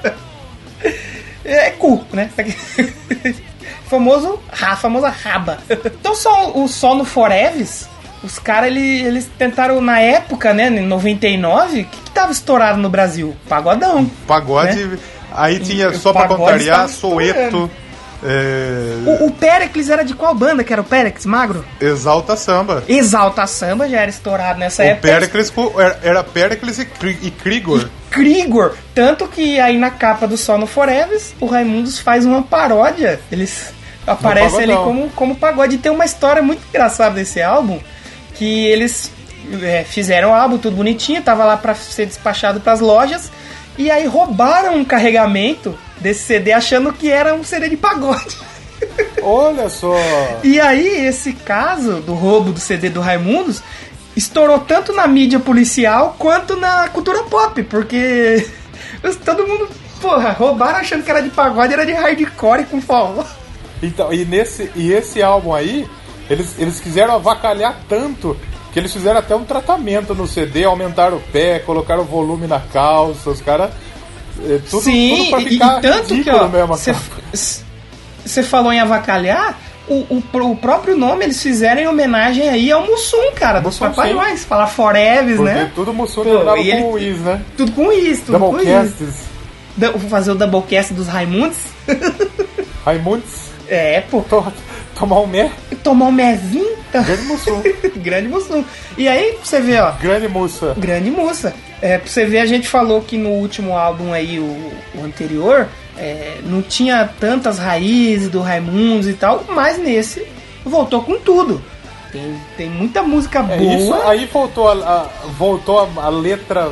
É cu, né? Famoso, a famosa raba. Então só o Só no Forever, os caras, eles, eles tentaram, na época, né, em noventa e nove, o que, que tava estourado no Brasil? Pagodão. Pagode. Né? Aí tinha, E só o pra pagode contrariar, estava Soeto. estourando. É, O, o Pericles era de qual banda que era o Pericles, magro? Exalta Samba. Exalta Samba já era estourado nessa O época. Pericles co- era, era Pericles e, Kri- e Krigor. Krigor. Tanto que aí na capa do Só no Forever, o Raimundos faz uma paródia. Eles aparecem ali pagodão. como, como pagode. E tem uma história muito engraçada desse álbum, que eles é, fizeram o álbum, tudo bonitinho, tava lá pra ser despachado pras lojas, e aí roubaram um carregamento desse C D achando que era um C D de pagode. Olha só. E aí, esse caso do roubo do C D do Raimundos estourou tanto na mídia policial quanto na cultura pop, porque todo mundo, porra, roubaram achando que era de pagode, era de hardcore com forró. Então, e, nesse, e esse álbum aí, eles, eles quiseram avacalhar tanto que eles fizeram até um tratamento no C D, aumentaram o pé, colocaram o volume na calça, os caras. É, tudo, Sim, tudo pra e, ficar e tanto que, ridículo ó, mesmo. você falou em avacalhar, o, o, o próprio nome eles fizeram em homenagem aí ao Mussum, cara, dos Mussum, Papai sim. Noéis, falar Forever, Porque né? tudo Mussum Pô, terminava e ele- com o Is, né? Tudo com isso, tudo com isso. Doublecasts, Da- Vou fazer o Doublecast dos Raimundos. Raimundos, É, pô. to, tomar um mé, Tomar um mezinho. grande Mussum, Grande Mussum. E aí, pra você ver, ó. grande Mussa. Grande moça. É, pra você ver, a gente falou que no último álbum aí, o, o anterior, é, não tinha tantas raízes do Raimundos e tal, mas nesse voltou com tudo. Tem, tem muita música É, boa. isso, aí voltou, a, a- voltou a, a letra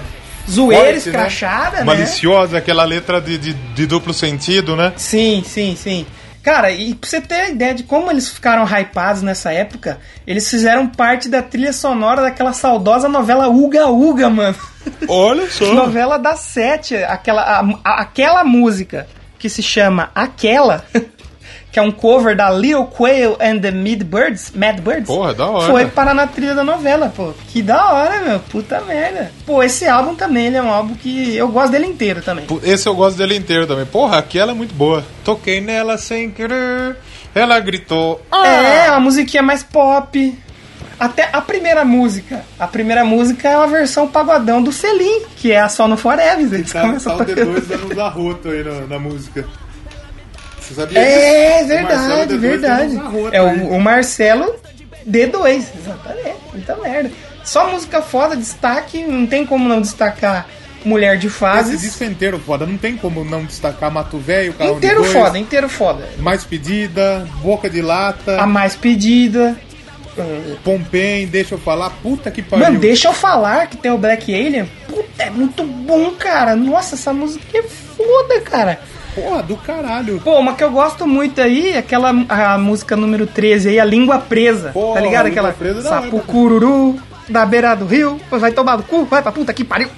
zoeira Forte, escrachada, né? Maliciosa, aquela letra de, de, de duplo sentido, né? Sim, sim, sim. Cara, e pra você ter a ideia de como eles ficaram hypados nessa época, eles fizeram parte da trilha sonora daquela saudosa novela Uga Uga, mano. Olha só. Novela das sete, aquela, a, a- aquela música que se chama Aquela, que é um cover da Lil Quail and the Mad Birds, Mad Birds. Porra, da hora. Foi parar na trilha da novela, pô. Que da hora, meu. Puta merda. Pô, esse álbum também, ele é um álbum que eu gosto dele inteiro também. Esse eu gosto dele inteiro também. Porra, aquela é muito boa. Toquei nela sem querer, ela gritou. Ah! É, uma musiquinha mais pop. Até a primeira música. A primeira música é uma versão pagodão do Selim, que é a Só no Forever. Eles Tá, começam tá o tocando. D dois dando uns arroto aí na, na música. Você sabia É, disso? O verdade, Marcelo D dois verdade. dando uns arroto É aí. o, o Marcelo D dois, exatamente. Muita merda. Só música foda, destaque, não tem como não destacar Mulher de Esse Fases. disco é inteiro foda, não tem como não destacar Mato Velho, Carro Inteiro de Dois, foda, inteiro foda. Mais Pedida, Boca de Lata, A Mais Pedida. Pompem, Deixa Eu Falar, puta que pariu. Mano, deixa eu falar que tem o Black Alien. Puta, é muito bom, cara. Nossa, essa música é foda, cara. Porra, do caralho. Pô, uma que eu gosto muito aí é aquela a música número treze aí, A Língua Presa. Porra, tá ligado? A Língua Aquela Presa é da sapo hora, cururu da beira do rio, vai tomar no cu, vai pra puta que pariu.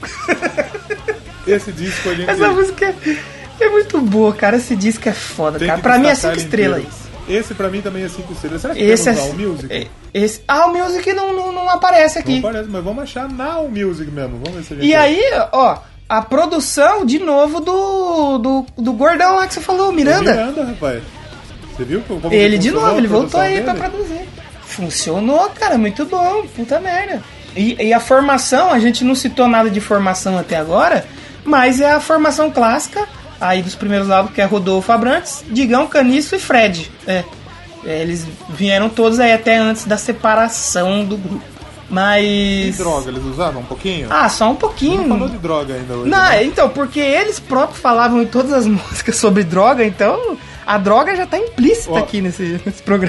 Esse disco a gente Essa música é, é muito boa, cara. Esse disco é foda, tem cara. que Pra mim é destacar cinco ele estrelas inteiro. isso. Esse pra mim também é cinco estrelas. Será que Esse é. temos All Music? é- Esse, ah, o Music não, não, não aparece Não aqui. parece, mas vamos achar na All Music mesmo. Vamos ver se a gente E aí, ó, a produção de novo do, do, do gordão lá que você falou, Miranda. Miranda, rapaz. Você viu como Ele de funcionou novo, a ele voltou produção aí dele? pra produzir. Funcionou, cara, muito bom, puta merda. E, e a formação, a gente não citou nada de formação até agora, mas é a formação clássica aí dos primeiros álbuns, que é Rodolfo Abrantes, Digão, Caniço e Fred. É, É, eles vieram todos aí até antes da separação do grupo. E Mas... droga, eles usavam um pouquinho? Ah, só um pouquinho. Não falou de droga ainda hoje. Não, né? então, porque eles próprios falavam em todas as músicas sobre droga, então a droga já tá implícita Ó. aqui nesse, nesse programa.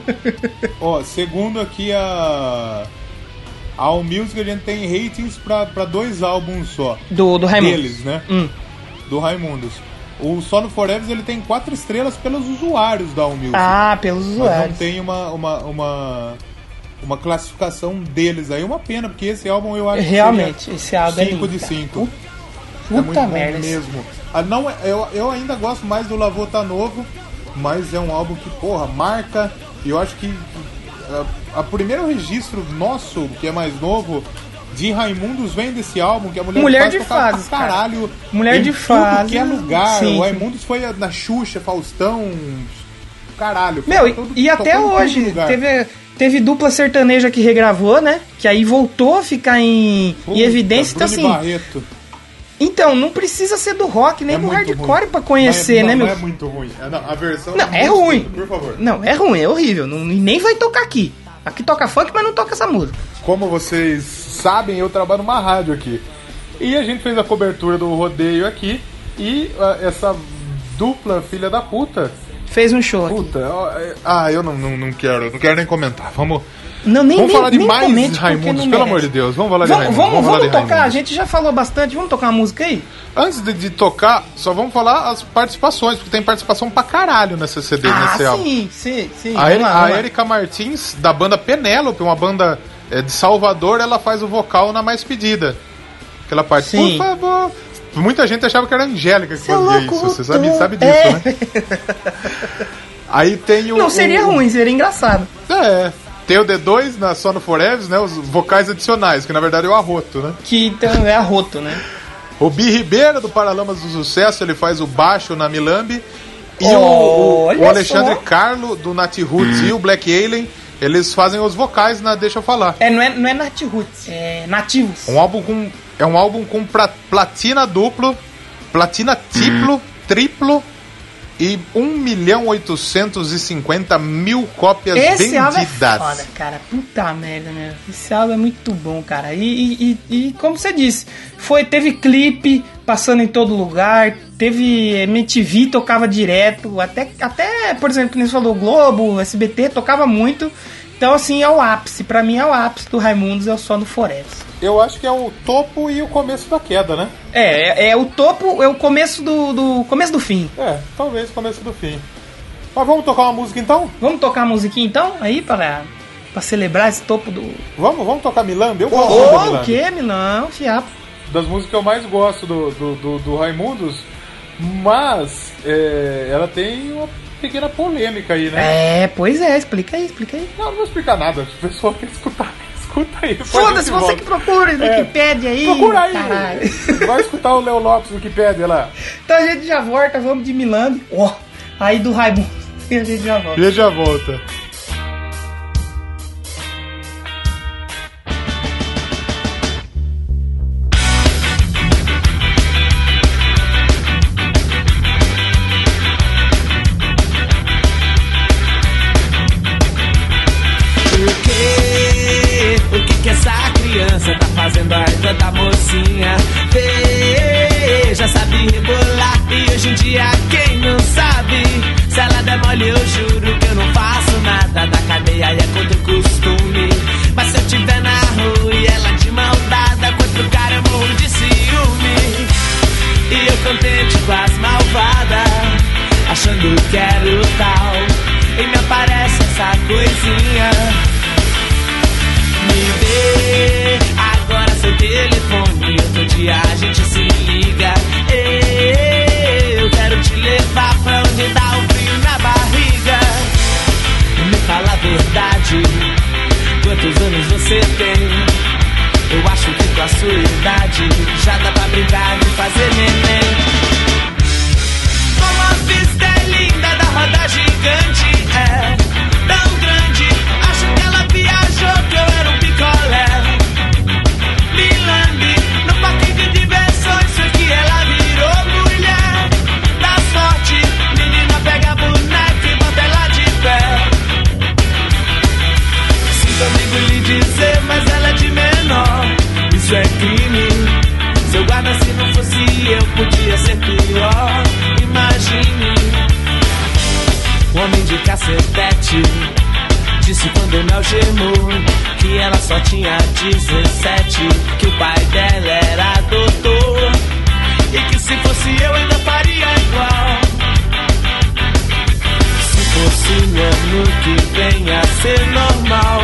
Ó, segundo aqui a... a All Music, a gente tem ratings pra, pra dois álbuns só. Do, do Raimundo. Deles, né? Hum. Do Raimundos. O Só no Forever ele tem quatro estrelas pelos usuários da All Music. Ah, pelos Mas não usuários. tem uma, uma, uma, uma classificação deles aí. Uma pena, porque esse álbum eu acho Realmente, que esse álbum é cinco lindo, de cara. cinco. Puta É muito bom merda. mesmo. Ah, não, é- eu, eu ainda gosto mais do Lavô Tá Novo, mas é um álbum que, porra, marca. E eu acho que a, a primeiro registro nosso, que é mais novo, de Raimundos vem desse álbum, que a Mulher, Mulher de de Fases tocava Fases, pra cara. caralho. Mulher em de tudo Fases, que é lugar. sim, O sim. Raimundos foi na Xuxa, Faustão, caralho. foi Meu, e, todo- e até tocou em todo hoje, lugar. teve, teve dupla sertaneja que regravou, né? Que aí voltou a ficar em, Puta, em evidência. Então, Bruno assim, Barreto. então, não precisa ser do rock, nem É do muito hardcore ruim. pra conhecer, Não é- né, não, meu? Não é muito ruim. É, não, a versão Não, é muito ruim. estúpida, por favor. Não, é ruim, é horrível. Não, e nem vai tocar aqui. Aqui toca funk, mas não toca essa música. Como vocês sabem, eu trabalho numa rádio aqui. E a gente fez a cobertura do rodeio aqui. E ah, essa dupla filha da puta. Fez um show aqui. Puta, ó, é- ah, eu não, não, não quero, não quero nem comentar. Vamos, Não, nem, vamos nem, falar de nem mais comente porque Raimundos, não pelo merece. amor de Deus. Vamos falar de Vamos, Raimundos. vamos, falar vamos de tocar, a Raimundos. gente já falou bastante, vamos tocar uma música aí? Antes de, de tocar, só vamos falar as participações, porque tem participação pra caralho nessa C D, Ah, nesse álbum. sim, sim, sim. A, vamos Eri- lá, a vamos lá. Erika Martins, da banda Penélope, uma banda é, de Salvador, ela faz o vocal na Mais Pedida. Aquela parte, Sim. por favor. Muita gente achava que era a Angélica que Seu fazia louco, isso, você sabe, tu- sabe disso, é. né? Aí tem o... Não seria o- ruim, seria engraçado. É, tem o D dois na Só no Forever, né, os vocais adicionais, que na verdade é o arroto, né? Que então é arroto, né? O Bi Ribeiro, do Paralamas do Sucesso, ele faz o baixo na Milambi. E o- o, Olha o Alexandre só. Carlo, do Nat Roots, e o Black Alien, eles fazem os vocais na Deixa Eu Falar. É, não é, não é Nat Roots, é Nativos. Um álbum com, é um álbum com pra- platina duplo, platina triplo, triplo e um milhão oitocentos e cinquenta mil cópias Esse álbum é vendidas. foda, cara. Puta merda, né? Esse álbum é muito bom, cara. E, e, e, e como você disse, foi, teve clipe passando em todo lugar, teve M T V, tocava direto, até, até por exemplo, que você falou, Globo, S B T, tocava muito. Então, assim, é o ápice. Pra mim é o ápice do Raimundos, é o Só no Forever. Eu acho que é o topo e o começo da queda, né? É, é, é o topo, é o começo do, do começo do fim. É, talvez começo do fim. Mas vamos tocar uma música então? Vamos tocar a musiquinha então? Aí, pra, pra celebrar esse topo do... Vamos, vamos tocar Milambi? Eu gosto Ô, da o Milambi. quê, Milão? Fiapo. Das músicas que eu mais gosto do, do, do, do Raimundos, mas é, ela tem uma pequena polêmica aí, né? É, pois é, explica aí, explica aí. Não, não vou explicar nada, o pessoal quer escutar. Escuta aí. Foda-se, você que procura no É, Wikipedia aí. Procura aí. Caralho. Vai escutar o Léo Lopes no Wikipedia lá. Então a gente já volta, vamos de Milambi. Ó, aí do Raimundo. E a gente já volta. E a gente já volta. Tá fazendo a renda da mocinha. Veja, sabe rebolar. E hoje em dia quem não sabe, se ela der mole eu juro que eu não faço nada. Da cadeia é contra o costume. Mas se eu tiver na rua e ela de mão dada com outro cara eu morro de ciúme. E eu contente com as malvadas, achando que era o tal. E me aparece essa coisinha. Me dê agora seu telefone, outro dia a gente se liga. Eu quero te levar pra onde dá o frio na barriga. Me fala a verdade, quantos anos você tem? Eu acho que com a sua idade já dá pra brincar de fazer neném. Como a vista é linda da roda gigante, é tão grande, acho que ela viajou que eu era um picolé. Milambi, no parque de diversões, foi que ela virou mulher. Dá sorte, menina pega a boneca e bota ela de pé. Sinto amigo lhe dizer, mas ela é de menor. Isso é crime. Seu guarda, se não fosse eu, podia ser pior. Imagine um homem de cacetete disse quando me algemou que ela só tinha dezessete, que o pai dela era doutor e que se fosse eu ainda faria igual. Se fosse no ano que vem a ser normal.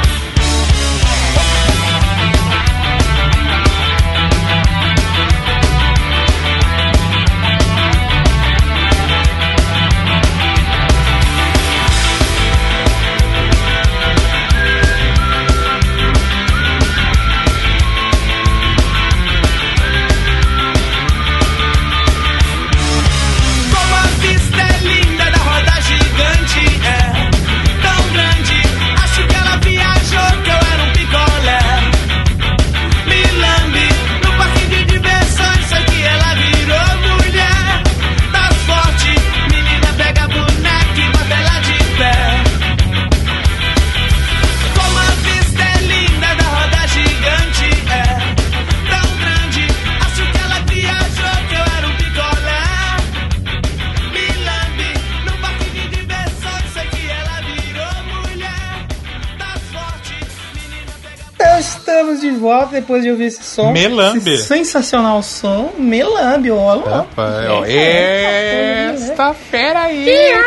Estamos de volta depois de ouvir esse som. Melambi. Esse sensacional som. Melambi, ó. Rapaz, esta fera aí,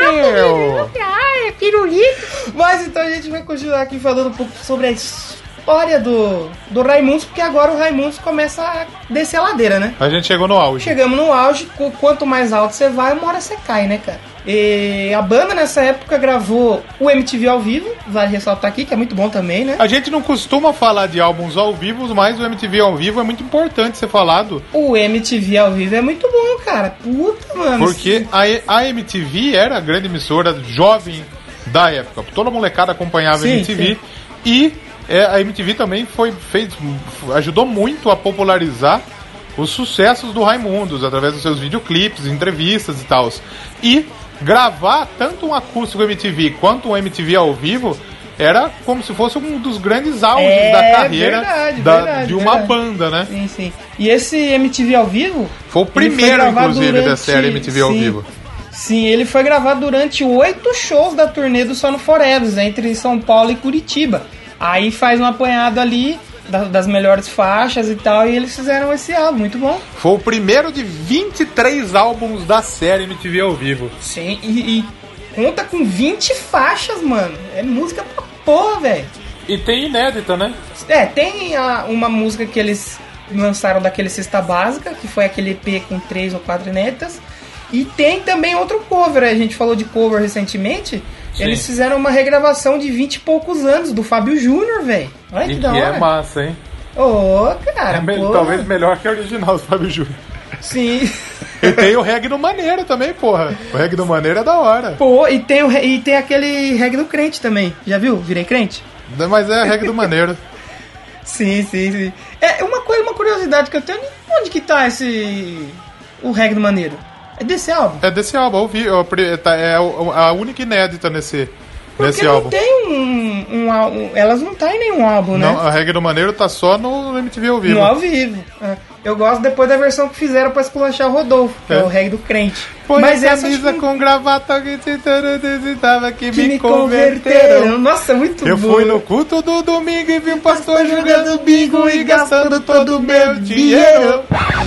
meu. É pirulito. Mas então a gente vai continuar aqui falando um pouco sobre a história do, do Raimundos, porque agora o Raimundos começa a descer a ladeira, né? A gente chegou no auge. Chegamos no auge, quanto mais alto você vai, uma hora você cai, né, cara? E a banda nessa época gravou o M T V ao vivo, vale ressaltar aqui, que é muito bom também, né? A gente não costuma falar de álbuns ao vivo, mas o M T V ao vivo é muito importante ser falado. O M T V ao vivo é muito bom, cara. Puta, mano. Porque a, a M T V era a grande emissora jovem da época. Toda molecada acompanhava Sim, a M T V. sim. E é, a M T V também foi, fez, ajudou muito a popularizar os sucessos do Raimundos, através dos seus videoclipes, entrevistas e tal. E gravar tanto um acústico M T V quanto um M T V ao vivo era como se fosse um dos grandes auges É, da carreira verdade, da, verdade, de uma verdade. banda, né? Sim, sim. E esse M T V ao vivo... Foi o ele foi primeiro, gravado inclusive, durante- da série M T V ao sim. vivo. Sim, ele foi gravado durante oito shows da turnê do Sono Forever, entre São Paulo e Curitiba. Aí faz um apanhado ali da, das melhores faixas e tal, e eles fizeram esse álbum, muito bom. Foi o primeiro de vinte e três álbuns da série M T V ao vivo. Sim, e, e conta com vinte faixas, mano. É música pra porra, velho. E tem inédita, né? É, tem a, uma música que eles lançaram daquele Cesta Básica, que foi aquele E P com três ou quatro inéditas. E tem também outro cover, a gente falou de cover recentemente. Sim. Eles fizeram uma regravação de vinte e poucos anos do Fábio Júnior, velho. Olha que, que da hora. É massa, hein? Ô, oh, cara, é me- Talvez melhor que a original do Fábio Júnior. Sim. E tem o reggae do Maneiro também, porra. O reggae do Maneiro é da hora. Pô, e tem, o, e tem aquele reggae do Crente também. Já viu? Virei Crente? Mas é reggae do Maneiro. Sim, sim, sim. É uma coisa, uma curiosidade que eu tenho. Onde que tá esse... o reggae do Maneiro? É desse álbum? É desse álbum, eu vi, eu, é a única inédita nesse, nesse álbum. Porque não tem um, um, um... Elas não tá em nenhum álbum, né? Não, a Reggae do Maneiro tá só no M T V ao vivo. No ao vivo. É. Eu gosto depois da versão que fizeram pra esculachar o Rodolfo, que é, é o reggae do Crente. Põe Mas a camisa tipo... com gravata que tava que, que me, me converteram. converteram. Nossa, muito bom. Eu fui no culto do domingo e vi o pastor jogando bingo e gastando todo o meu dinheiro.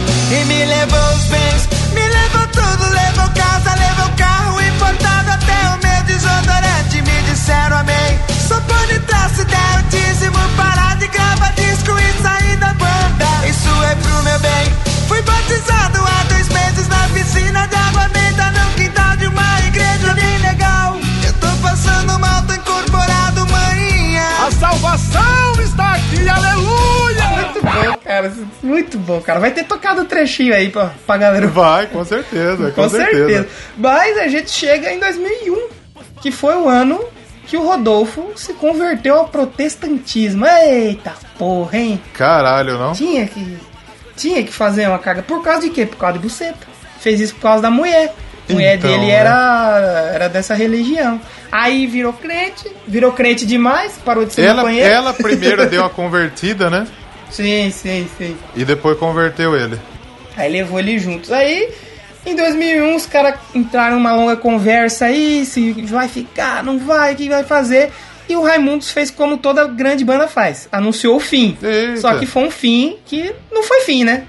E me levou os bens, me levou tudo, levou casa, levou carro importado até o meu desodorante. Me disseram amém, sou pão de traço, der o dízimo, parar de gravar disco e sair da banda. Isso é pro meu bem. Fui batizado há dois meses na piscina de água benta no quintal de uma igreja bem legal. Eu tô passando mal, tô incorporado, maninha. A salvação está aqui, aleluia! Muito bom, cara. Muito bom, cara. Vai ter tocado um trechinho aí pra, pra galera. Vai, com certeza, com, com certeza. certeza. Mas a gente chega em dois mil e um, que foi o ano que o Rodolfo se converteu ao protestantismo. Eita porra, hein? Caralho, não? Tinha que, tinha que fazer uma carga. Por causa de quê? Por causa de buceta. Fez isso por causa da mulher. A mulher então, dele era, era dessa religião. Aí virou crente, virou crente demais, parou de ser ela, maconheiro. Ela primeiro deu uma convertida, né? Sim, sim, sim. E depois converteu ele. Aí levou ele juntos. Aí, em dois mil e um, os caras entraram numa longa conversa aí, se vai ficar, não vai, o que vai fazer. E o Raimundos fez como toda grande banda faz, anunciou o fim. Eita. Só que foi um fim que não foi fim, né?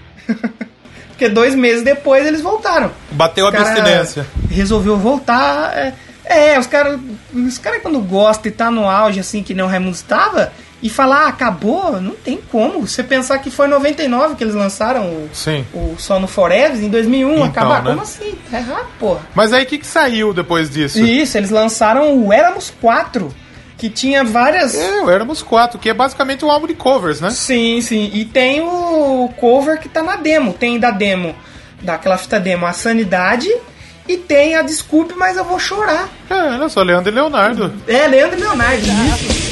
Porque dois meses depois eles voltaram. Bateu a abstinência. Resolveu voltar. É, é os caras os cara quando gostam e tá no auge, assim, que nem o Raimundos estava, e falar, ah, acabou, não tem como. Você pensar que foi em noventa e nove que eles lançaram o, Sim. o Sono Forever, em dois mil e um, então, acabar? Né? Como assim? É errado, porra. Mas aí o que, que saiu depois disso? Isso, eles lançaram o Éramos Quatro, que tinha várias... É, o Éramos Quatro, que é basicamente um álbum de covers, né? Sim, sim. E tem o cover que tá na demo. Tem da demo, daquela fita demo, A Sanidade, e tem a Desculpe, Mas Eu Vou Chorar. É, olha só, Leandro e Leonardo. É, Leandro e Leonardo, isso.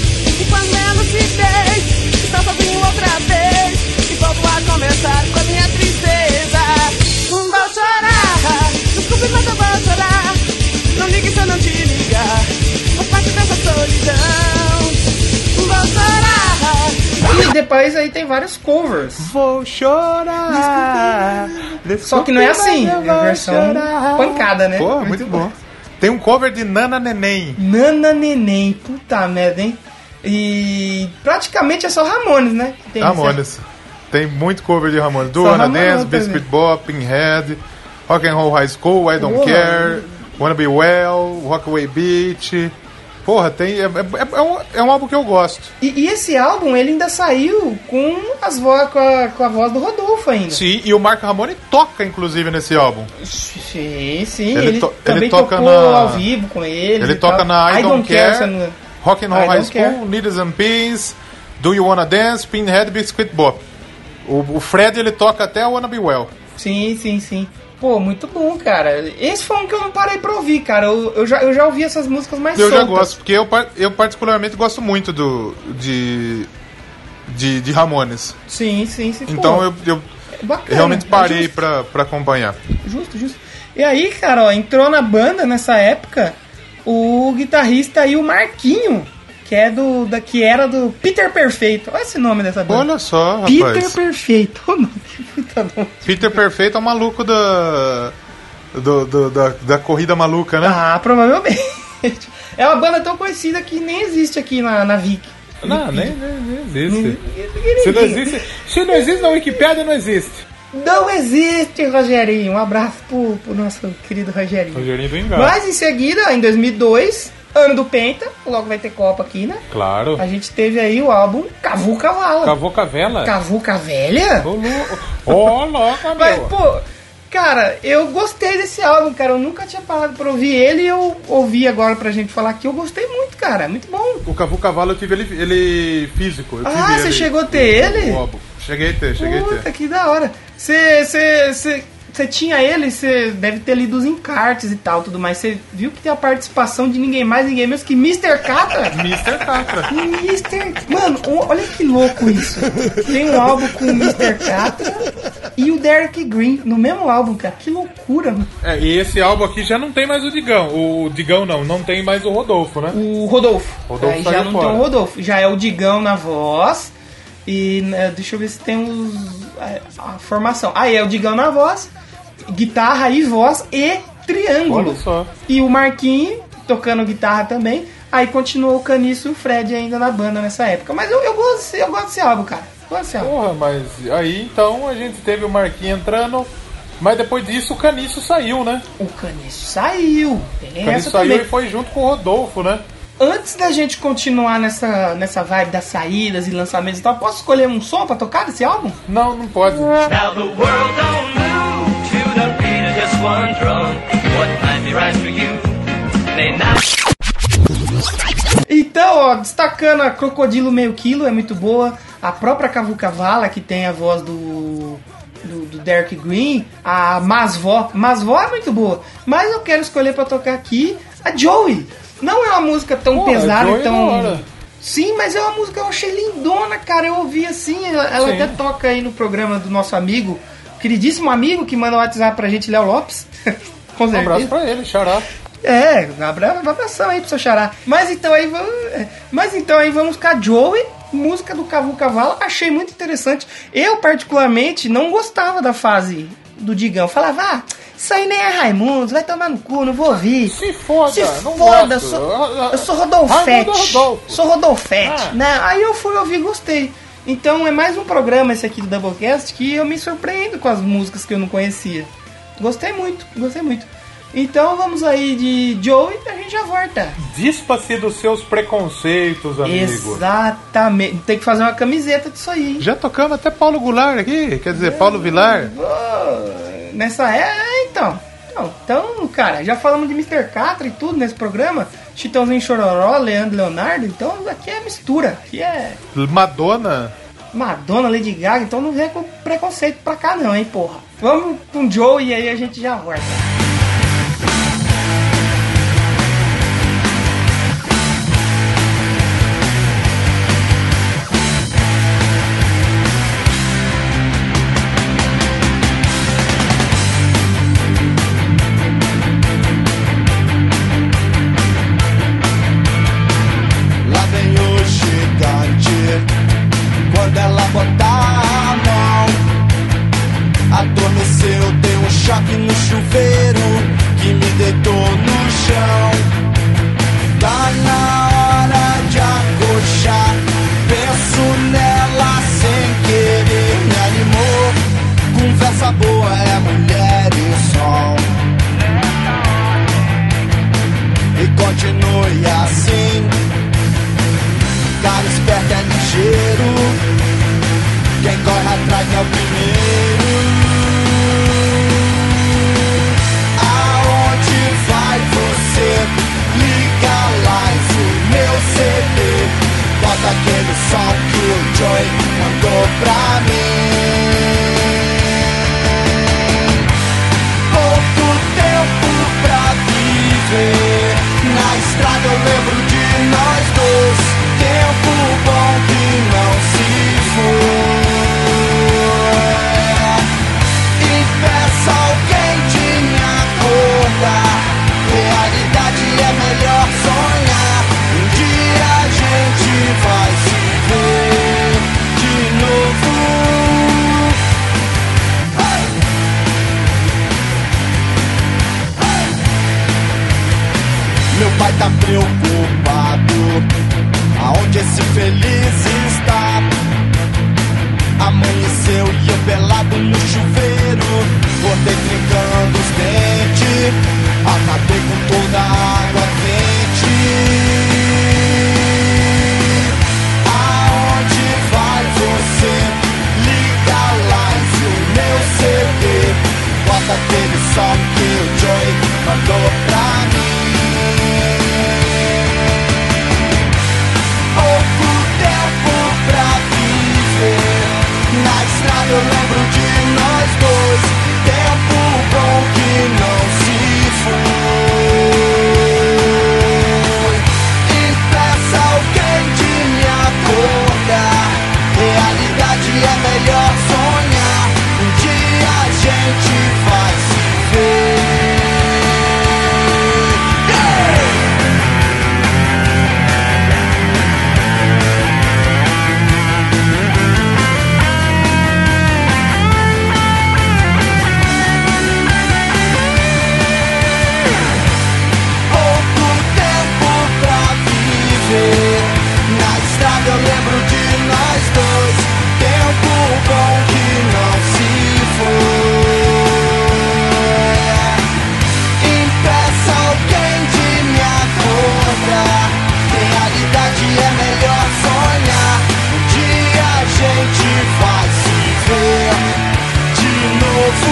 E quando menos se fez, está sozinho outra vez, e volto a começar com a minha tristeza. Vou chorar, desculpe, mas eu vou chorar. Não ligue se eu não te ligar, faz parte dessa solidão. Vou chorar. E depois aí tem vários covers. Vou chorar. Desculpe, só que não é assim, é a versão chorar. Pancada, né? Pô, muito, muito bom. bom. Tem um cover de Nana Neném. Nana Neném, puta merda, hein? E praticamente é só Ramones, né? Tem Ramones. Esse... Tem muito cover de Ramones. Do Wanna Dance, Biscuit Bop, Pinhead, Rock and Roll High School, I Don't Uou. Care, Wanna Be Well, Rockaway Beach. Porra, tem, é, é, é, um, é um álbum que eu gosto. E, e esse álbum, ele ainda saiu com, as vo- com, a, com a voz do Rodolfo ainda. Sim, e o Marco Ramone toca, inclusive, nesse álbum. Sim, sim. Ele, ele to, também ele toca tocou na, ao vivo com ele. Ele toca tal. na I, I Don't, don't Care, care não... Rock and Roll High School, care. Needles and Pins, Do You Wanna Dance, Pinhead, Biscuit Bop. O, o Fred, ele toca até Wanna Be Well. Sim, sim, sim. Pô, muito bom, cara. Esse foi um que eu não parei pra ouvir, cara. Eu, eu, já, eu já ouvi essas músicas mais eu soltas. Eu já gosto, porque eu, eu particularmente gosto muito do, de, de, de Ramones. Sim, sim, sim. Então pô, eu, eu é bacana, realmente parei é pra, pra acompanhar. Justo, justo. E aí, cara, ó, entrou na banda nessa época o guitarrista aí, o Marquinho, que é do da, que era do Peter Perfeito. Olha esse nome dessa banda. Olha só, rapaz. Peter Perfeito. Oh, não, que puta nome. Peter Perfeito é o maluco da do, do, da, da corrida maluca, né? Ah, provavelmente. É uma banda tão conhecida que nem existe aqui na, na Vic. Não, nem, nem, nem existe. Se não existe. Se não existe na Wikipédia, não existe. Não existe, Rogerinho. Um abraço pro, pro nosso querido Rogerinho. Rogerinho do Engano. Mas em seguida, em dois mil e dois, ano do Penta, logo vai ter Copa aqui, né? Claro. A gente teve aí o álbum Cavuca Vala. Cavuca Vela? Cavuca Velha? Ô, louco. Ô, louco, Mas, meu. pô, cara, eu gostei desse álbum, cara. Eu nunca tinha parado pra ouvir ele e eu ouvi agora pra gente falar aqui. Eu gostei muito, cara. Muito bom. O Cavuca Vela eu tive ele, ele físico. Eu Ah, tive você ele, chegou a ter ele? o álbum. Cheguei a ter, cheguei a ter. Puta, que da hora. Você, você, você, você tinha ele, você deve ter lido os encartes e tal, tudo mais. Você viu que tem a participação de ninguém mais, ninguém menos que mister Catra? mister Catra. mister Mano, olha que louco isso. Tem um álbum com o mister Catra e o Derek Green no mesmo álbum, cara. Que loucura, mano. É, e esse álbum aqui já não tem mais o Digão. O Digão não, não tem mais o Rodolfo, né? O Rodolfo. Rodolfo Aí saiu já não fora. tem o Rodolfo. Já é o Digão na voz. E né, deixa eu ver se tem os, a, a formação. Aí é o Digão na voz, guitarra e voz e triângulo. Olha só. E o Marquinhos tocando guitarra também. Aí continuou o Caniço e o Fred ainda na banda nessa época. Mas eu, eu, gosto, eu gosto desse álbum, cara. Eu gosto desse álbum. Porra, mas aí então a gente teve o Marquinhos entrando, mas depois disso o Caniço saiu, né? O Caniço saiu. Tem O Caniço essa saiu também. e foi junto com o Rodolfo, né? Antes da gente continuar nessa, nessa vibe das saídas e lançamentos e tal, posso escolher um som pra tocar desse álbum? Não, não pode. Now the world don't move to the beat of just one drum. What might be right for you may not. Então, ó, destacando a Crocodilo Meio Quilo, é muito boa. A própria Cavuca Vala, que tem a voz do, do, do Derek Green. A Masvó. Masvó é muito boa. Mas eu quero escolher pra tocar aqui a Joey. Não é uma música tão Pô, pesada, a Joey é tão... da hora. Sim, mas é uma música que eu achei lindona, cara. Eu ouvi assim, ela, ela Sim. até toca aí no programa do nosso amigo, queridíssimo amigo que manda o WhatsApp pra gente, Léo Lopes. Com Um abraço certeza. pra ele, xará. É, um abra- um abração aí pro seu xará. Mas então aí vamos, mas então aí vamos com a Joey, música do Cavuca Vala. Achei muito interessante. Eu, particularmente, não gostava da fase do Digão. Falava, ah, isso aí nem é Raimundos, vai tomar no cu, não vou ouvir. Se foda, Se não foda, eu gosto. sou, Eu- eu sou Rodolfete. Raimundo Rodolfo. Sou Rodolfete, Ah. né? Aí eu fui ouvir e gostei. Então é mais um programa esse aqui do Doublecast que eu me surpreendo com as músicas que eu não conhecia. Gostei muito, gostei muito. Então vamos aí de Joey e a gente já volta. Dispa-se dos seus preconceitos, amigo. Exatamente. Tem que fazer uma camiseta disso aí. Já tocamos até Paulo Goulart aqui, quer dizer, Paulo Vilar. Oh, nessa é, então. Então, então, cara, já falamos de mister Catra e tudo nesse programa. Chitãozinho Chororó, Leandro Leonardo. Então aqui é mistura. Aqui é Madonna. Madonna, Lady Gaga. Então não vem com preconceito pra cá não, hein, porra. Vamos com Joe e aí a gente já volta. Lá vem o gigante, quando ela botar a mão, adormeceu, deu um choque no chuveiro, que me deitou no chão. Tá na hora de acochar, penso nela sem querer, me animou. Conversa boa é mulher e som. E continue assim. Cara esperto é ligeiro, quem corre atrás é o primeiro. Aonde vai você? Liga lá e preocupado aonde esse feliz está. Amanheceu e eu pelado no chuveiro, botei trincando os dentes, acabei com toda a água quente. Aonde vai você? Liga lá e o meu C D, bota aquele som que o Joy mandou pra mim. Pouco tempo pra viver, na estrada eu lembro de nós dois, tempo bom que não se foi. Impeça alguém de me acordar, realidade é melhor sonhar, um dia a gente vai se ver. Na estrada eu lembro de nós dois, tempo bom que não se foi. Impeça alguém de me acordar, realidade é melhor sonhar, um dia a gente vai se ver de novo.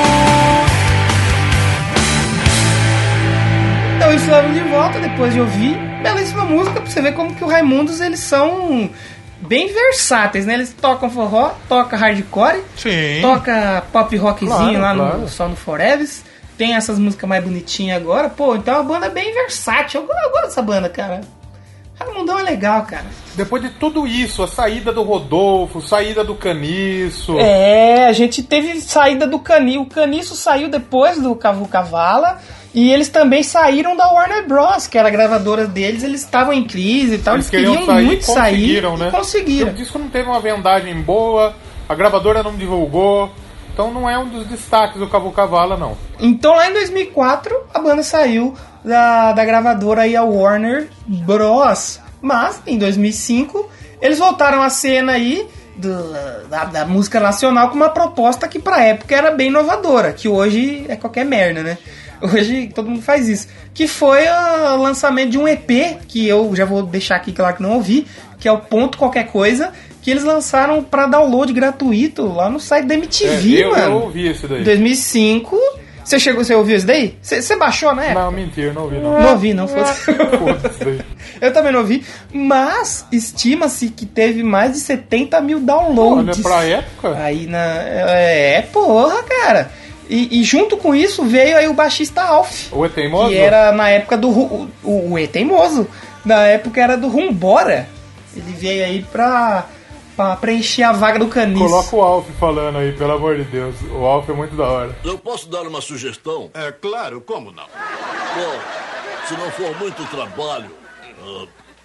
Então estamos de volta depois de ouvir belíssima música, pra você ver como que o Raimundos, eles são bem versáteis, né? Eles tocam forró, tocam hardcore, Sim. toca pop rockzinho Claro, lá claro. no Só no Forever, tem essas músicas mais bonitinhas agora, pô, então é uma banda bem versátil, eu, eu gosto dessa banda, cara. Raimundão é legal, cara. Depois de tudo isso, a saída do Rodolfo, saída do Caniço. É, a gente teve saída do Caniço, o Caniço saiu depois do Cavu Cavala, e eles também saíram da Warner Bros, que era a gravadora deles, eles estavam em crise e tal, eles, Eles queriam sair, muito sair conseguiram, né? e conseguiram. O disco não teve uma vendagem boa, a gravadora não divulgou, então não é um dos destaques do Cavu Cavala, não. Então lá em dois mil e quatro a banda saiu da, da gravadora aí, a Warner Bros. Mas em dois mil e cinco eles voltaram à cena aí do, da, da música nacional com uma proposta que pra época era bem inovadora, que hoje é qualquer merda, né? Hoje todo mundo faz isso. Que foi o lançamento de um E P, que eu já vou deixar aqui claro que não ouvi, que é o Ponto Qualquer Coisa, que eles lançaram pra download gratuito lá no site da M T V, É, eu, mano. eu ouvi esse daí. Em dois mil e cinco. Você chegou, você ouviu isso daí? Você, você baixou, né? Não, mentira, não ouvi, não. Não ouvi, não fosse. Foda-se daí. Eu também não ouvi. Mas estima-se que teve mais de setenta mil downloads. Olha, pra época. Aí na. É, porra, cara. E, e junto com isso veio aí o baixista Alf. O E Teimoso? Que era na época do. O, o, o E Teimoso. Na época era do Rumbora. Ele veio aí pra. Pra preencher a vaga do Caniço. Coloca o Alf falando aí, pelo amor de Deus. O Alf é muito da hora. Eu posso dar uma sugestão? É claro, como não? Bom, se não for muito trabalho, ah,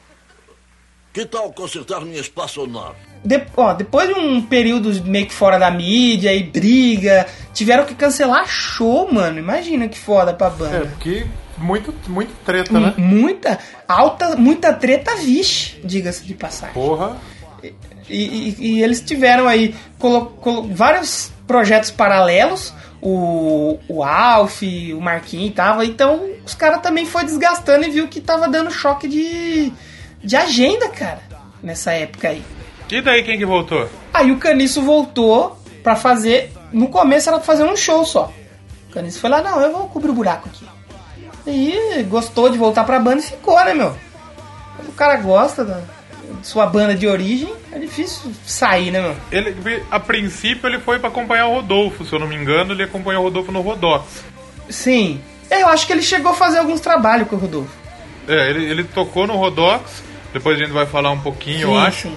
que tal consertar minha espaçonave? De, ó, depois de um período meio que fora da mídia e briga, tiveram que cancelar show, mano. Imagina que foda pra É, banda. porque muito, muito treta, né? M- Muita, alta, muita treta, vixe, diga-se de passagem. Porra. E, e- e eles tiveram aí colo- colo- vários projetos paralelos. O, o Alf, o Marquinhos tava. Então os caras também foi desgastando e viu que tava dando choque de, de agenda, cara, nessa época aí. E daí quem que voltou? Aí o Caniço voltou pra fazer. No começo era pra fazer um show só. O Caniço foi lá, não, eu vou cobrir o buraco aqui. E gostou de voltar pra banda e ficou, né, meu? Quando o cara gosta da sua banda de origem, é difícil sair, né, meu? Ele, a princípio ele foi pra acompanhar o Rodolfo, se eu não me engano, ele acompanhou o Rodolfo no Rodox. Sim. Eu acho que ele chegou a fazer alguns trabalhos com o Rodolfo. É, ele, ele tocou no Rodox, depois a gente vai falar um pouquinho, eu Sim, acho. sim.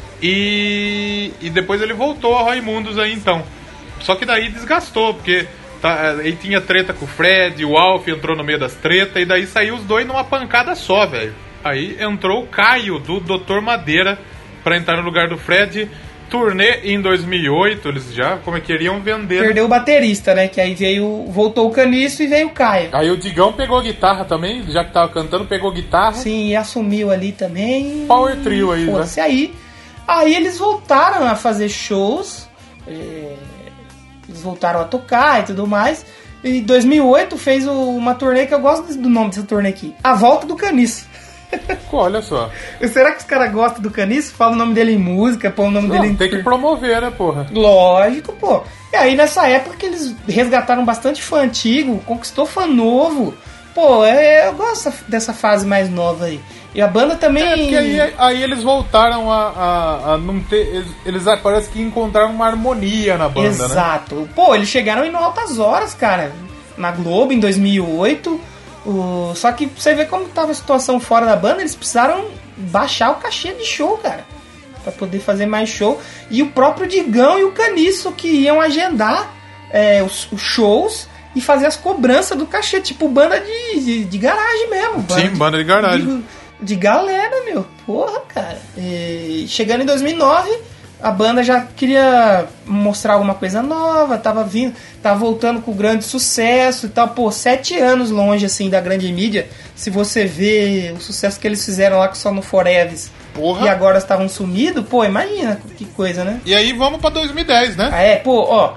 E, e depois ele voltou ao Raimundos aí então. Só que daí desgastou, porque tá, aí tinha treta com o Fred, o Alf entrou no meio das tretas, e daí saiu os dois numa pancada só, velho. Aí entrou o Caio, do doutor Madeira, pra entrar no lugar do Fred. turnê em dois mil e oito, eles já como é que queriam vender. Perdeu o baterista, né? Que aí veio, voltou o Caniço e veio o Caio. Aí o Digão pegou a guitarra também, já que tava cantando, pegou guitarra. Sim, e assumiu ali também. Power trio aí, né? Fosse aí. Aí eles voltaram a fazer shows. É, eles voltaram a tocar e tudo mais. E em dois mil e oito fez o- uma turnê que eu gosto do nome dessa turnê aqui. A Volta do Caniço. Olha só. Será que os caras gostam do Caniço? Fala o nome dele em música, põe o nome Não, dele em... tem que promover, né, porra? Lógico, pô. E aí nessa época que eles resgataram bastante fã antigo, conquistou fã novo. Pô, é, eu gosto dessa fase mais nova aí. E a banda também... É, porque aí, aí eles voltaram a, a, a não ter... Eles, eles parece que encontraram uma harmonia na banda, né? Exato. Pô, eles chegaram em Altas Horas, cara. Na Globo, em dois mil e oito. O... Só que pra você ver como tava a situação fora da banda, eles precisaram baixar o cachê de show, cara. Pra poder fazer mais show. E o próprio Digão e o Caniço que iam agendar é, os, os shows e fazer as cobranças do cachê. Tipo banda de, de, de garagem mesmo. Sim, banda de garagem. De, de galera, meu. Porra, cara. E chegando em dois mil e nove, a banda já queria mostrar alguma coisa nova, tava vindo, tava voltando com grande sucesso e tal. Pô, sete anos longe, assim, da grande mídia. Se você vê o sucesso que eles fizeram lá com Só no Foreves Porra. e agora estavam sumidos, pô, imagina que coisa, né? E aí vamos pra dois mil e dez, né? Ah, é, pô, ó,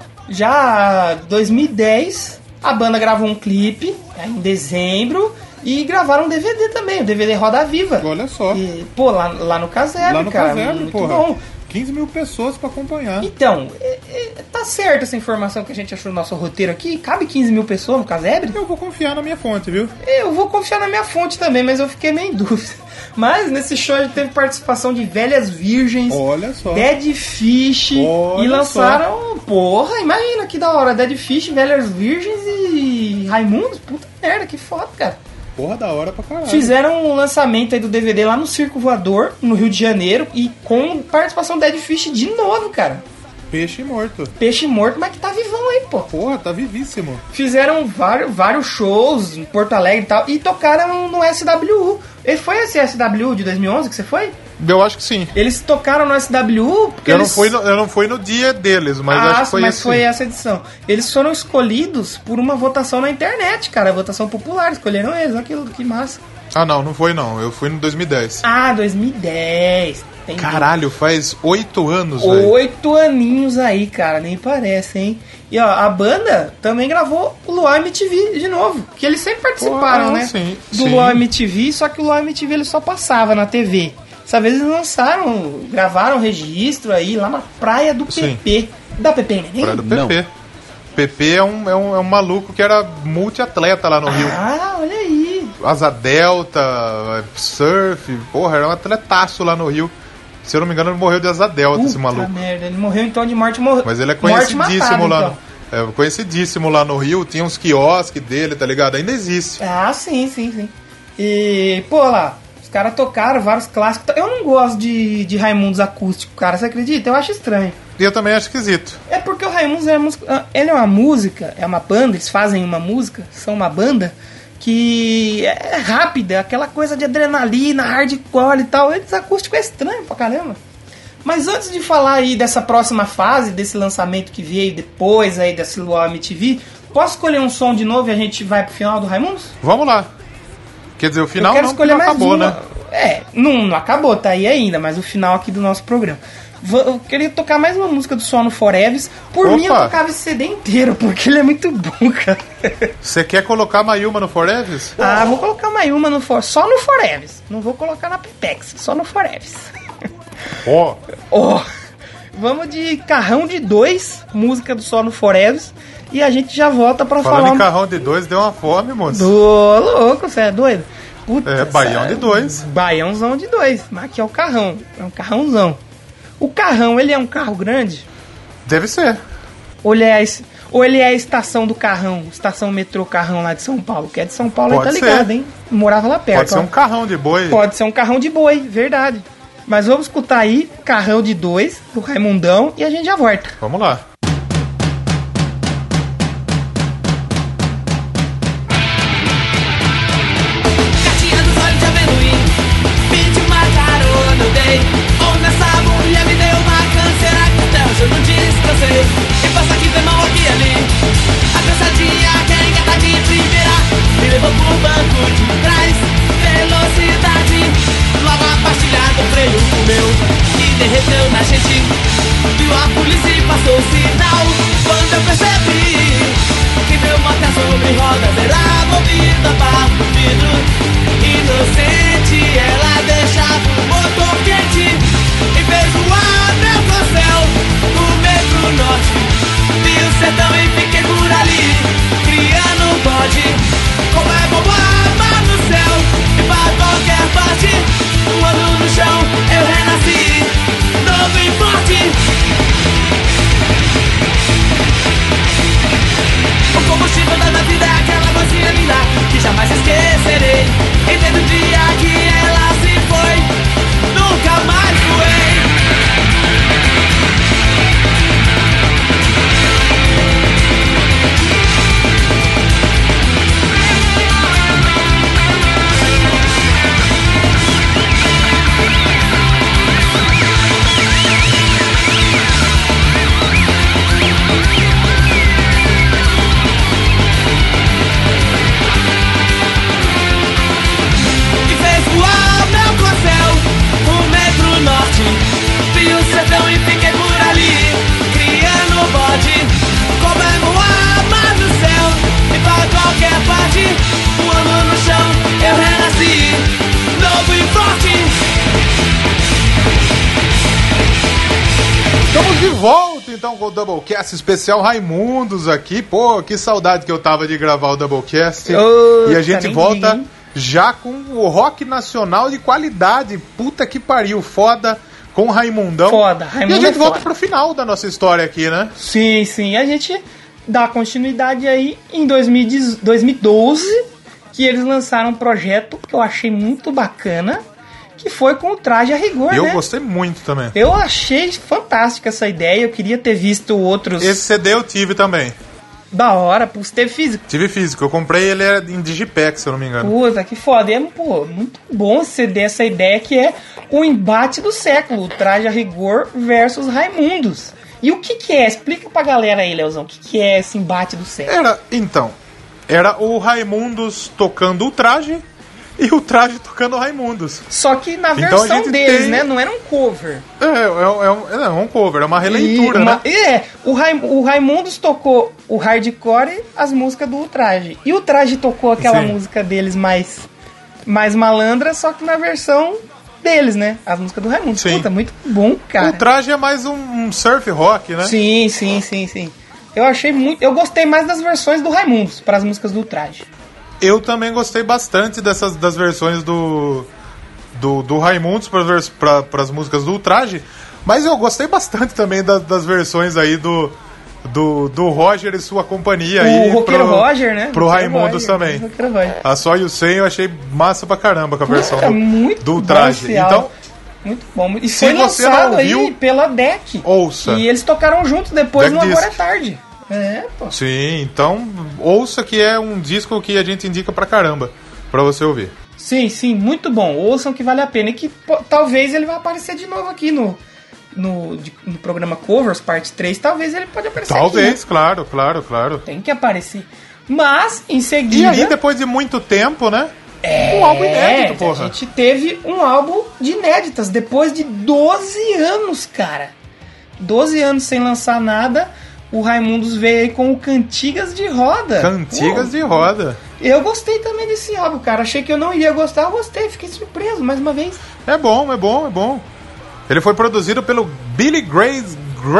já dois mil e dez a banda gravou um clipe, aí em dezembro, e gravaram um D V D também, o D V D Roda Viva. Olha só. E, pô, lá, lá no Casebre, Lá no cara, Casebre, muito porra. bom. quinze mil pessoas pra acompanhar. Então, é, é, tá certo essa informação que a gente achou no nosso roteiro aqui? Cabe quinze mil pessoas no Casebre? Eu vou confiar na minha fonte, viu? Eu vou confiar na minha fonte também, mas eu fiquei meio em dúvida. Mas nesse show a gente teve participação de Velhas Virgens, Olha só. Dead Fish, Olha e lançaram... Porra, imagina que da hora. Dead Fish, Velhas Virgens e Raimundos. Puta merda, que foda, cara. Porra da hora pra caralho. Fizeram um lançamento aí do D V D lá no Circo Voador, no Rio de Janeiro, e com participação do Dead Fish de novo, cara. Peixe morto. Peixe morto, mas que tá vivão aí, pô. Porra, tá vivíssimo. Fizeram vários, vários shows em Porto Alegre e tal, e tocaram no S W U. Ele foi esse S W U de dois mil e onze que você foi? Eu acho que sim. Eles tocaram no S W U porque Eu, eles... não fui no, eu não fui no dia deles, mas ah, acho que foi mas esse. foi essa edição. Eles foram escolhidos por uma votação na internet, cara. Votação popular. Escolheram eles. Olha que, que massa. Ah, não, não foi não. Eu fui no dois mil e dez. Ah, dois mil e dez. Entendi. Caralho, faz oito anos, velho. Oito aninhos aí, cara. Nem parece, hein? E ó, a banda também gravou o Luau M T V de novo. Que eles sempre participaram, Pô, né? sim, do sim. Luau M T V, só que o Luau M T V ele só passava na T V. Dessa vez eles lançaram, gravaram um registro aí lá na praia do Sim. P P. Da P P, né? Praia do P P. P P é um, é, um, é um maluco que era multiatleta lá no Rio. Ah, olha aí. Asa delta, surf, porra, era um atletaço lá no Rio. Se eu não me engano, ele morreu de asa delta, esse Puta maluco. merda, ele morreu então de morte morreu. Mas ele é morte conhecidíssimo matada, lá então. no, é, conhecidíssimo lá no Rio. Tinha uns quiosques dele, tá ligado? Ainda existe. Ah, sim, sim, sim. E, pô, lá, os caras tocaram vários clássicos. Eu não gosto de, de Raimundos acústico, cara, você acredita? Eu acho estranho. E eu também acho esquisito. É porque o Raimundos é, música, ele é uma música, é uma banda, eles fazem uma música, são uma banda que é rápida, aquela coisa de adrenalina, hardcore e tal. Eles acústico é estranho pra caramba. Mas antes de falar aí dessa próxima fase, desse lançamento que veio depois aí desse Luau M T V, posso escolher um som de novo e a gente vai pro final do Raimundos? Vamos lá. Quer dizer, o final Eu quero não, escolher não mais acabou, uma. né? É, não, não acabou, tá aí ainda, mas o final aqui do nosso programa. Vou- Eu queria tocar mais uma música do Sono Foreves. Por Opa. mim, eu tocava esse C D inteiro, porque ele é muito bom, cara. Você quer colocar Mayuma no Foreves? Ah, vou colocar mais uma no For... só no Foreves. Não vou colocar na Pepex, só no Foreves. Ó, Ó, vamos de Carrão de Dois, música do Só no Foreves. E a gente já volta pra falando falar... em carrão de dois, deu uma fome, moço. Ô, louco, você é doido? Puta, É, baião essa- de dois. Baiãozão de dois. Mas aqui é o carrão. É um carrãozão. O carrão, ele é um carro grande? Deve ser. Ou ele é a, es- ou ele é a estação do carrão? Estação metrô carrão lá de São Paulo? Que é de São Paulo, Pode aí tá ser. ligado, hein? Morava lá perto. Pode ser ó. um carrão de boi. Pode ser um carrão de boi, verdade. Mas vamos escutar aí Carrão de Dois, do Raimundão, e a gente já volta. Vamos lá. Gatinha dos olhos de amendoim, pedi uma carona, eu dei. Onde essa mulher me deu uma canseira volta então com o Doublecast especial Raimundos aqui. Pô, que saudade que eu tava de gravar o Doublecast. Oh, e a gente tá volta bem, já com o rock nacional de qualidade. Puta que pariu, foda, com o Raimundão. Foda, Raimundo E a gente é volta foda. pro final da nossa história aqui, né? Sim, sim. A gente dá continuidade aí em dois mil e doze, que eles lançaram um projeto que eu achei muito bacana, que foi com o Traje a Rigor, Eu né? gostei muito também. Eu achei fantástica essa ideia, eu queria ter visto outros Esse C D eu tive também. da hora, pô, você teve físico. Tive físico. Eu comprei ele era em Digipack, se eu não me engano. Puta, que foda. E é, pô, muito bom você ter essa ideia que é o embate do século, o Traje a Rigor versus Raimundos. E o que que é? Explica pra galera aí, Leozão, o que que é esse embate do século? Era, então, era o Raimundos tocando o Traje e o Traje tocando o Raimundos. Só que na Então a versão gente deles, tem- né? Não era um cover. É, é, é, um, é um cover, é uma releitura, E uma- né? e é, o, Raim, o Raimundos tocou o hardcore e as músicas do Traje. E o Traje tocou aquela Sim. música deles mais, mais malandra, só que na versão deles, né? As músicas do Raimundo. Sim. Puta, muito bom, cara. O Traje é mais um, um surf rock, né? Sim, sim, sim, sim. Eu achei muito. Eu gostei mais das versões do Raimundos para as músicas do Traje. Eu também gostei bastante dessas das versões do do, do Raimundos para as músicas do Traje, mas eu gostei bastante também da- das versões aí do do, do Roger e sua companhia aí O roqueiro pro, Roger, né? pro Roqueiro Raimundos Roger, também. o roqueiro Roger. A Só e o Cem eu achei massa pra caramba com a versão Puta, do, muito do bom Traje. esse álbum. Então, Muito bom. E Se foi você não lançado ouviu, aí pela D E C. ouça. E eles tocaram juntos depois Deck no Agora é Disc. Tarde. É, pô. sim, então ouça que é um disco que a gente indica pra caramba pra você ouvir. Sim, sim, muito bom. Ouçam que vale a pena. E que pô, talvez ele vai aparecer de novo aqui no, no, de- no programa Covers, parte três. Talvez ele pode aparecer aqui, Talvez, né? claro, claro, claro. Tem que aparecer. Mas, em seguida... E aí, depois de muito tempo, né? Um álbum inédito, É, porra. a gente teve um álbum de inéditas depois de doze anos, cara. doze anos sem lançar nada. O Raimundos veio aí com o Cantigas de Roda. Cantigas Pô, de roda. Eu gostei também desse álbum, cara. Achei que eu não iria gostar, eu gostei. Fiquei surpreso mais uma vez. É bom, é bom, é bom. Ele foi produzido pelo Billy Graze-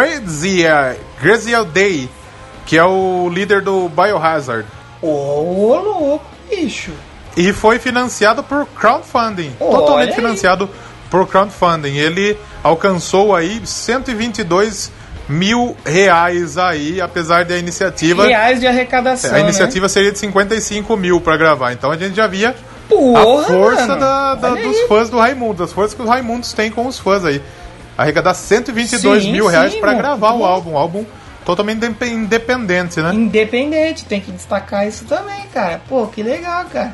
Graziel Graziel Day, que é o líder do Biohazard. Ô, louco, bicho. E foi financiado por crowdfunding. Olha Totalmente aí. financiado por crowdfunding. Ele alcançou aí cento e vinte e dois mil reais aí, apesar da iniciativa. Reais de arrecadação, A iniciativa seria de cinquenta e cinco mil pra gravar. Então a gente já via né? Porra, a força mano. da, da- Olha dos aí. fãs do Raimundo, as forças que os Raimundos têm com os fãs aí. Arrecadar cento e vinte e dois Sim, mil reais sim, pra mano. gravar o Bom. álbum. Um álbum totalmente indep- independente, né? Independente, tem que destacar isso também, cara. Pô, que legal, cara.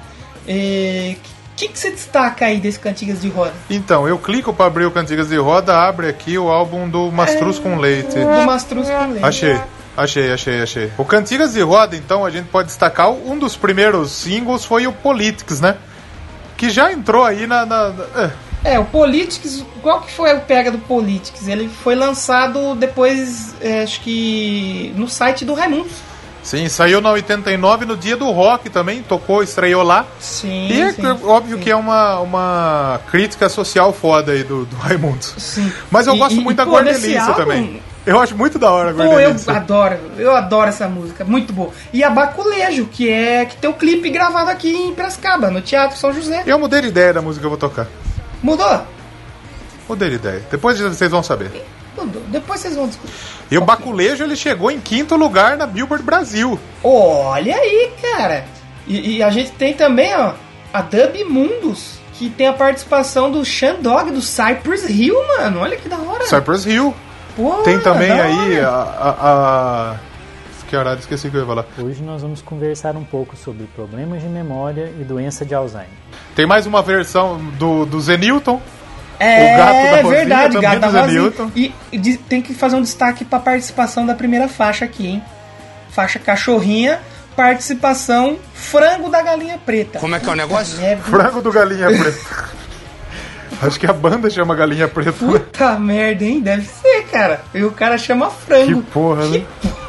O que, que você destaca aí desse Cantigas de Roda? Então, eu clico pra abrir o Cantigas de Roda, abre aqui o álbum do Mastruz com Leite. Do Mastruz com Leite. Achei, achei, achei, achei. O Cantigas de Roda, então, a gente pode destacar, um dos primeiros singles foi o Politics, né? Que já entrou aí na... na- na- é. É, o Politics, qual que foi o pega do Politics? Ele foi lançado depois, é, acho que no site do Raimundo. Sim, saiu na oitenta e nove, no dia do rock também, tocou, estreou lá. Sim, E é sim, óbvio sim. que é uma, uma crítica social foda aí do, do Raimundo. Sim. Mas eu E- gosto e- muito e, da pô, nesse Gordelice álbum- também. Eu acho muito da hora a Pô, eu Gordelice. adoro, eu adoro essa música, muito boa. E a Baculejo, que é que tem o clipe gravado aqui em Piracicaba, no Teatro São José. Eu mudei de ideia da música que eu vou tocar. Mudou? Mudei de ideia. Depois vocês vão saber. Mudou. Depois vocês vão discutir. E o Baculejo, ele chegou em quinto lugar na Billboard Brasil. Olha aí, cara. E, e a gente tem também, ó, a Dub Mundus, que tem a participação do Shandog, do Cypress Hill, mano. Olha que da hora. Cypress Hill. Pô, Tem também da aí hora. a... a, a... Que horário? Esqueci o que eu ia falar. Hoje nós vamos conversar um pouco sobre problemas de memória e doença de Alzheimer. Tem mais uma versão do, do Zenilton. É, o gato da Rosinha verdade, também gato da do Zé Rosinha. Newton. E, e de- tem que fazer um destaque pra participação da primeira faixa aqui, hein? Faixa Cachorrinha, participação Frango da Galinha Preta. Como é que é o negócio? É, Frango do Galinha Preta. Acho que a banda chama Galinha Preta. né? puta merda, hein? Deve ser, cara. E o cara chama Que Frango. porra, né?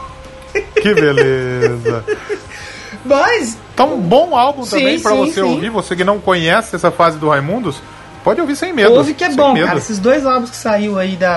Que beleza. Mas, Então, um bom álbum Sim, também pra sim, você sim. ouvir. Você que não conhece essa fase do Raimundos, pode ouvir sem medo. ouve que é sem bom, medo. cara. Esses dois álbuns que saiu aí da,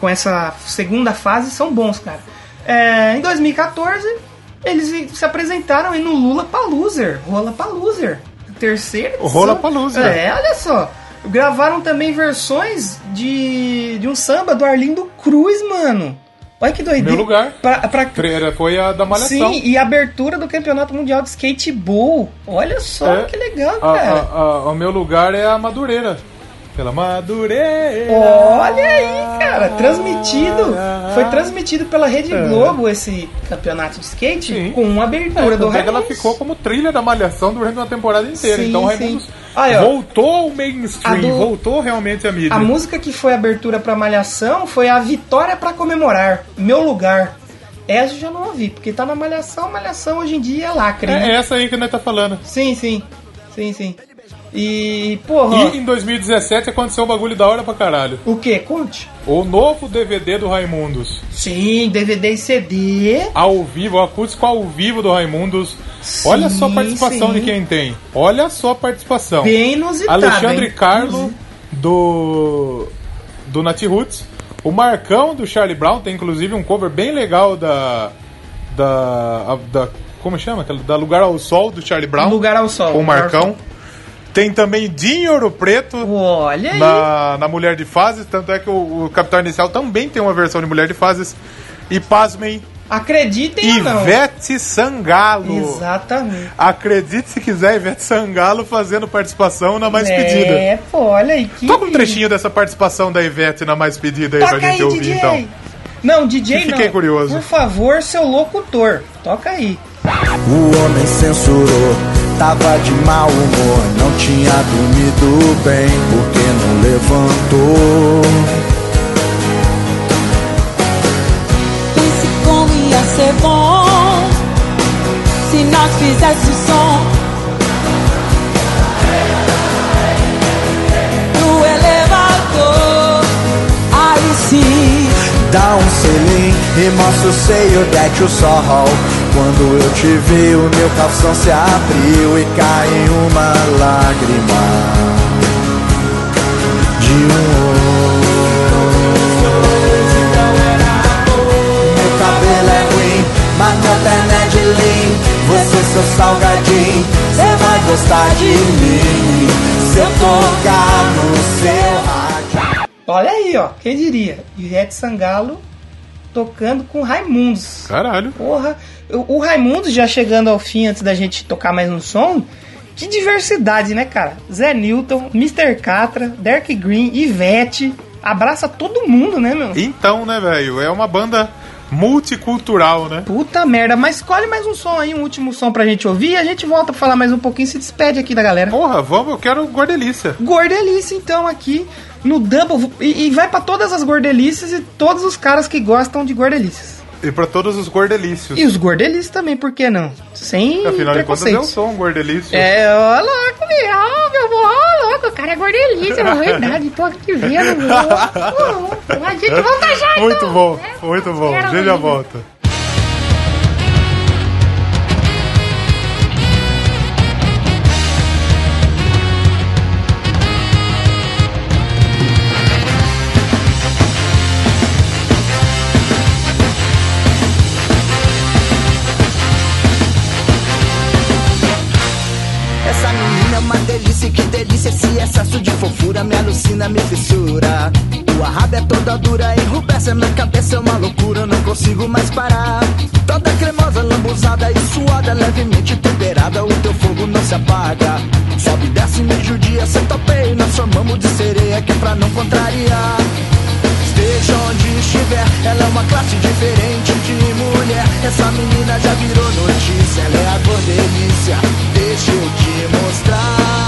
com essa segunda fase são bons, cara. É, em dois mil e catorze, eles se apresentaram aí no Lollapalooza, Lollapalooza, terceira edição. O Lollapalooza. É, olha só. Gravaram também versões de, de um samba do Arlindo Cruz, mano. Olha que doideira. Meu lugar. Pra, pra... Foi a da Malhação. Sim, e a abertura do Campeonato Mundial de Skateball. Olha só é, que legal, a, cara. A, a, o meu lugar é a Madureira. Pela Madureira. Olha aí, cara. Transmitido. Foi transmitido pela Rede é. Globo esse campeonato de skate. Sim. Com uma abertura é, do Raimundos. Ela ficou como trilha da Malhação durante uma temporada inteira. Sim, então o Raimundos aí, voltou ao mainstream, do... voltou realmente à mídia. A música que foi a abertura pra Malhação foi a Vitória pra Comemorar, Meu Lugar. Essa eu já não ouvi, porque tá na Malhação. Malhação hoje em dia é lacre. É né? essa aí que nós tá falando. Sim, sim. Sim, sim. E, porra... E em dois mil e dezessete aconteceu um bagulho da hora pra caralho. O quê? Conte. O novo D V D do Raimundos. Sim, D V D e C D. Ao vivo, o acústico ao vivo do Raimundos. Sim, olha só a participação sim. de quem tem. Olha só a participação. Bem inusitada. Alexandre hein? Carlo, do, do Nat Roots. O Marcão, do Charlie Brown. Tem inclusive um cover bem legal da... Da... da como chama? Da Lugar ao Sol, do Charlie Brown. Lugar ao Sol. Com o Marcão. Tem também Dinho Ouro Preto. Olha aí. Na, na Mulher de Fases. Tanto é que o, o Capital Inicial também tem uma versão de Mulher de Fases. E pasmem. Acreditem ou não. Ivete Sangalo. Exatamente. Acredite se quiser, Ivete Sangalo fazendo participação na Mais é, Pedida. É, pô, olha aí. Que... Toca um trechinho dessa participação da Ivete na Mais Pedida aí. Toca pra gente aí, ouvir, D J. então. Não, D J Fiquei não. curioso. Por favor, seu locutor. Toca aí. O homem censurou, tava de mau humor, não tinha dormido bem porque não levantou. Pense como ia ser bom se nós fizesse o som no elevador. Aí sim, dá um selim e mostra o seio that you saw. Quando eu te vi, o meu calção se abriu e caiu uma lágrima de um olho. Meu cabelo é ruim, mas meu terno é de lean. Você, seu salgadinho, você vai gostar de mim se eu tocar no seu rádio. Olha aí, ó. Quem diria? Ivete Sangalo tocando com Raimundos. Caralho. Porra. O, o Raimundos, já chegando ao fim, antes da gente tocar mais um som, que diversidade, né, cara? Zé Newton, mister Catra, Derek Green, Ivete. Abraça todo mundo, né, meu? Então, né, velho? É uma banda multicultural, né? Puta merda. Mas escolhe mais um som aí, um último som pra gente ouvir. E a gente volta pra falar mais um pouquinho e se despede aqui da galera. Porra, vamos, eu quero Gordelícia. Gordelícia, então, aqui no Double. E, e vai pra todas as gordelícias e todos os caras que gostam de gordelícias. E pra todos os gordelícios. E os gordelícios também, por que não? Sem Afinal de contas, eu sou um gordelício. É, ó, louco, meu, ó, meu, ó, louco, o cara é gordelício, é verdade, tô aqui vendo, meu. Ó, a gente volta já, então. Muito bom, muito bom, a gente já volta. Que delícia esse excesso de fofura me alucina, me fissura. Tua raba é toda dura, enrubesce minha cabeça, é uma loucura, eu não consigo mais parar. Toda cremosa, lambuzada e suada, levemente temperada, o teu fogo não se apaga. Sobe, desce, me judia, cê topeia, nós chamamos de sereia, que é pra não contrariar. Esteja onde estiver, ela é uma classe diferente de mulher. Essa menina já virou notícia, ela é a gordelícia, deixa eu te mostrar.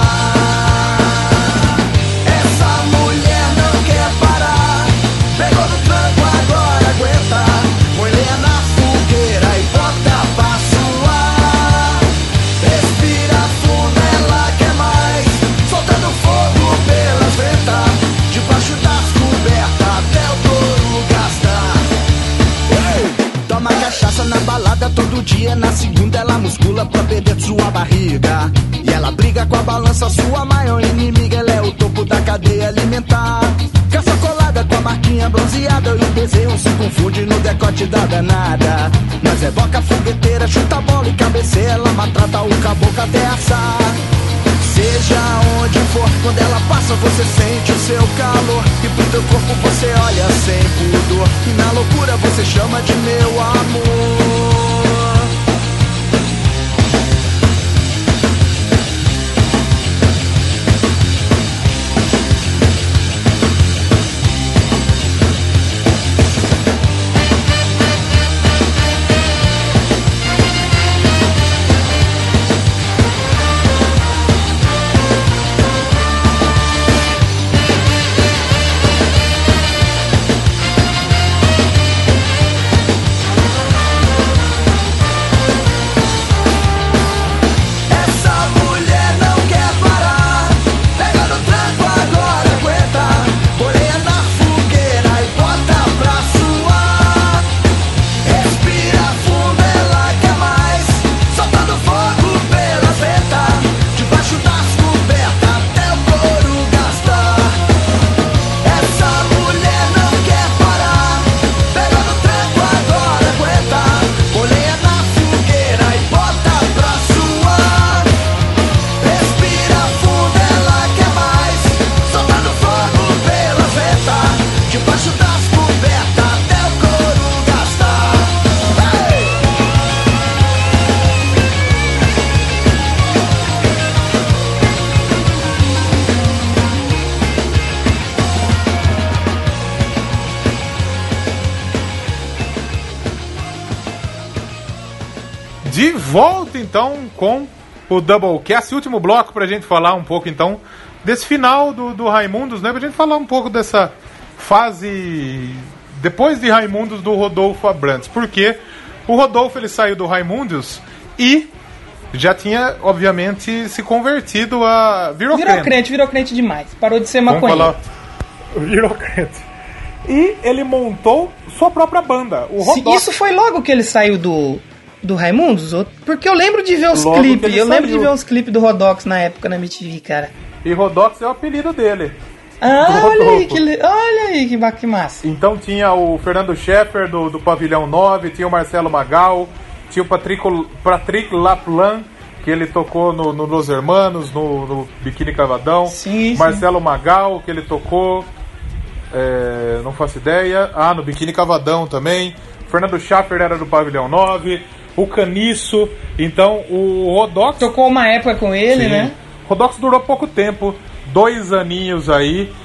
Essa mulher não quer parar, pegou no tranco, agora aguenta. Põe lenha na fogueira e bota pra suar. Respira fundo, ela quer mais, soltando fogo pelas ventas, debaixo das cobertas até o touro gastar. Ei! Toma cachaça na balada todo dia, na segunda ela muscula pra perder sua barriga. E ela briga com a balança, sua maior inimiga, ela é o topo da cadeia alimentar. Caça colada com a marquinha bronzeada e o desenho se confunde no decote da danada. Nós é boca fogueteira, chuta bola e cabeceia, ela maltrata o caboclo até assar. Seja onde for, quando ela passa você sente o seu calor. E pro teu corpo você olha sem pudor, e na loucura você chama de meu amor. De volta então com o Doublecast, último bloco pra gente falar um pouco então desse final do, do Raimundos, né? Pra gente falar um pouco dessa fase depois de Raimundos do Rodolfo Abrantes, porque o Rodolfo ele saiu do Raimundos e já tinha obviamente se convertido a virou, virou crente. crente, virou crente demais, parou de ser maconheiro. Vamos falar, virou crente. E ele montou sua própria banda, o Rodox. Isso foi logo que ele saiu do do Raimundos? Porque eu lembro de ver os Logo clipes. Eu saiu. lembro de ver os clipes do Rodox na época na M T V, cara. E Rodox é o apelido dele. Ah, olha aí, que, olha aí que, que massa. Então tinha o Fernando Scheffer do, do Pavilhão nove, tinha o Marcelo Magal, tinha o Patrick, Patrick Laplan, que ele tocou no, no Los Hermanos, no, no Biquíni Cavadão. Sim, Marcelo sim. Magal, que ele tocou, é, não faço ideia. Ah, no Biquíni Cavadão também. Fernando Schaffer era do Pavilhão nove. O Caniço. Então o Rodox tocou uma época com ele, sim. né? Rodox durou pouco tempo, dois aninhos aí,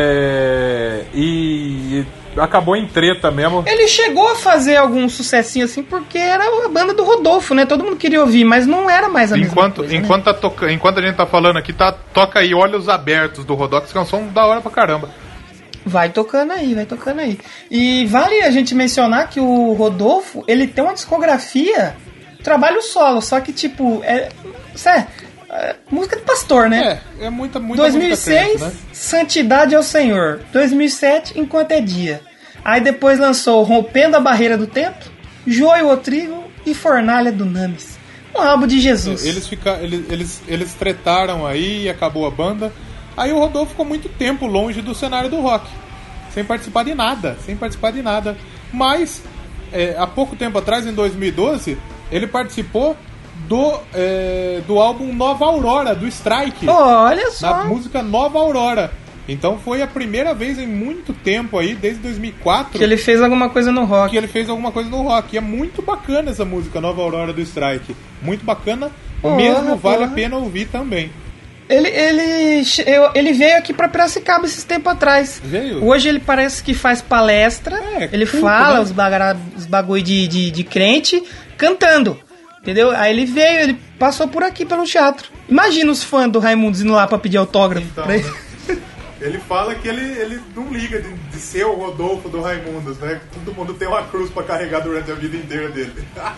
é, e acabou em treta mesmo. Ele chegou a fazer algum sucessinho assim porque era a banda do Rodolfo, né? Todo mundo queria ouvir, mas não era mais a enquanto, mesma coisa, enquanto, né? tá toca, enquanto a gente tá falando aqui, tá, toca aí Olhos Abertos do Rodox, que é um som da hora pra caramba. Vai tocando aí, vai tocando aí. E vale a gente mencionar que o Rodolfo, ele tem uma discografia, trabalho solo, só que tipo, é, é, é música de pastor, né? É, é muita, muita dois mil e seis, música crente, né? Santidade ao Senhor. dois mil e sete, Enquanto é Dia. Aí depois lançou Rompendo a Barreira do Tempo, Joio o Trigo e Fornalha do Names. Um álbum de Jesus. Eles, fica, eles, eles, eles tretaram aí e acabou a banda. Aí o Rodolfo ficou muito tempo longe do cenário do rock, sem participar de nada, sem participar de nada. Mas, é, há pouco tempo atrás, em dois mil e doze, ele participou do, é, do álbum Nova Aurora, do Strike. Olha só! Da música Nova Aurora. Então foi a primeira vez em muito tempo aí, desde dois mil e quatro... que ele fez alguma coisa no rock. Que ele fez alguma coisa no rock. E é muito bacana essa música Nova Aurora do Strike. Muito bacana, porra, mesmo vale porra. a pena ouvir também. Ele, ele, ele veio aqui pra Piracicaba esses tempos atrás. Veio? Hoje ele parece que faz palestra. É, ele culto, fala né? os, bagra, os bagulho de, de, de crente cantando. Entendeu? Aí ele veio, ele passou por aqui pelo teatro. Imagina os fãs do Raimundos indo lá pra pedir autógrafo. Então, pra ele. né? Ele fala que ele, ele não liga de, de ser o Rodolfo do Raimundos, né? Todo mundo tem uma cruz pra carregar durante a vida inteira dele.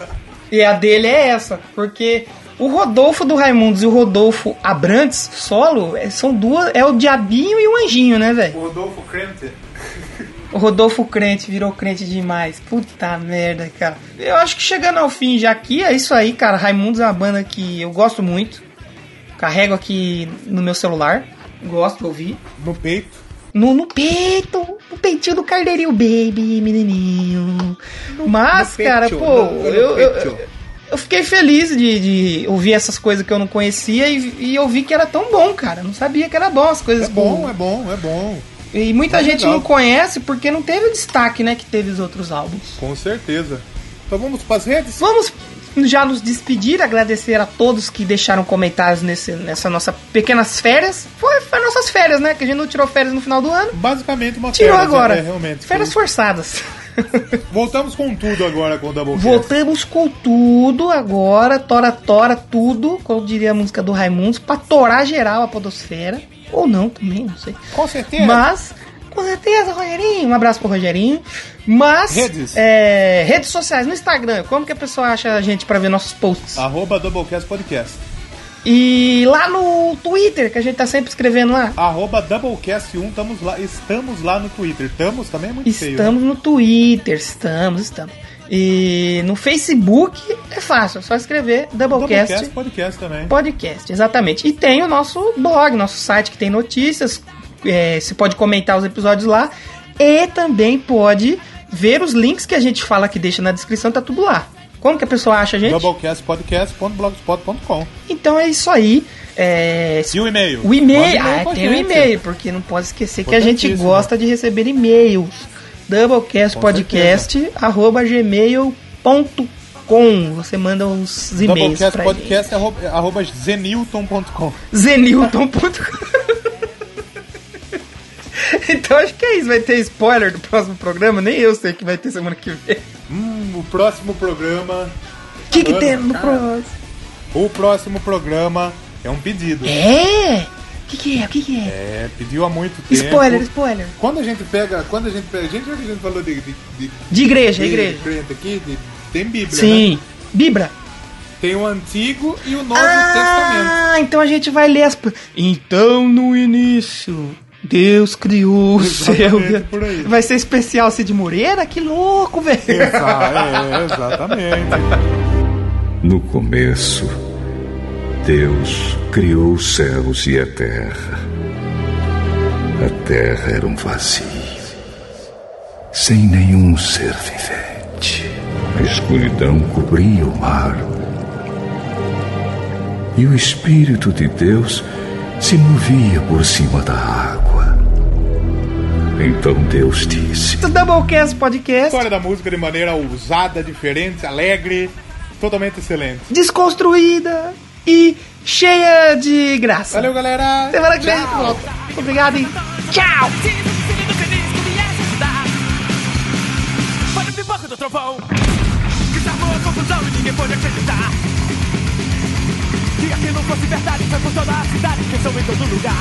E a dele é essa, porque o Rodolfo do Raimundos e o Rodolfo Abrantes, solo, é- são duas. É o diabinho e o anjinho, né, velho? O Rodolfo Crente. O Rodolfo crente virou crente demais. Puta merda, cara. Eu acho que chegando ao fim já aqui, é isso aí, cara. Raimundos é uma banda que eu gosto muito. Carrego aqui no meu celular. Gosto de ouvir. No peito. No, no peito, no peitinho do carneirinho, baby, menininho. No, Mas, no cara, peito, pô, no, no eu, eu, peito. eu fiquei feliz de, de ouvir essas coisas que eu não conhecia e, e eu vi que era tão bom, cara. Eu não sabia que era bom as coisas. É bom, com... é bom, é bom. E muita é gente legal. não conhece porque não teve o destaque, né, que teve os outros álbuns. Com certeza. Então vamos para as redes? Vamos já nos despedir, agradecer a todos que deixaram comentários nesse, nessa nossa pequenas férias. Foi, foi nossas férias, né? Que a gente não tirou férias no final do ano. Basicamente uma Tirou férias, agora. É, realmente. Férias forçadas. Voltamos com tudo agora com o Doublecast. Voltamos com tudo agora, tora, tora, tudo, como diria a música do Raimundos, pra torar geral a podosfera. Ou não, também, não sei. Com certeza. Mas, com certeza, Rogerinho. Um abraço pro Rogerinho. Mas, redes. É, redes sociais, no Instagram, como que a pessoa acha a gente pra ver nossos posts? Arroba Doublecast Podcast. E lá no Twitter, que a gente tá sempre escrevendo lá. Arroba Doublecast um, estamos lá, estamos lá no Twitter. Estamos também é muito feio. Estamos né? no Twitter, estamos, estamos. E no Facebook é fácil, é só escrever Doublecast, Doublecast Podcast também. Podcast, exatamente. E tem o nosso blog, nosso site que tem notícias. É, você pode comentar os episódios lá. E também pode ver os links que a gente fala que deixa na descrição, tá tudo lá. Como que a pessoa acha a gente? Doublecast podcast ponto blogspot ponto com. Então é isso aí. É... E o e-mail? O e-mail, e-mail ah, pra tem o gente. e-mail, porque não pode esquecer que a gente gosta de receber e-mails. Doublecastpodcast arroba gmail ponto com. Você manda os e-mails pra Doublecastpodcast arroba, arroba zenilton ponto com. zenilton ponto com. Então acho que é isso. Vai ter spoiler do próximo programa. Nem eu sei que vai ter semana que vem. Hum, o próximo programa... O que que tem no próximo? O próximo programa é um pedido. É? O que que é? O que que é? É, pediu há muito tempo. Spoiler, spoiler. Quando a gente pega... Quando a gente pega... A gente, a gente falou de... De, de, de igreja, de, igreja. De, aqui, de, tem Bíblia, Sim. né? Bíblia. Tem o Antigo e o Novo ah, Testamento. Ah, então a gente vai ler as... Então, no início... Deus criou o céu. Vai ser especial Cid Moreira? Que louco, velho. É, exatamente. No começo, Deus criou os céus e a terra. A terra era um vazio, sem nenhum ser vivente. A escuridão cobria o mar. E o Espírito de Deus se movia por cima da água. Então Deus disse: Doublecast Podcast. História da música de maneira ousada, diferente, alegre, totalmente excelente. Desconstruída e cheia de graça. Valeu, galera. Semana que vem a gente volta. Obrigado e tchau. Foi o pipoco do trovão que chamou a confusão e ninguém pôde acreditar. Que aquilo fosse verdade, foi por toda a cidade, pensou em todo lugar.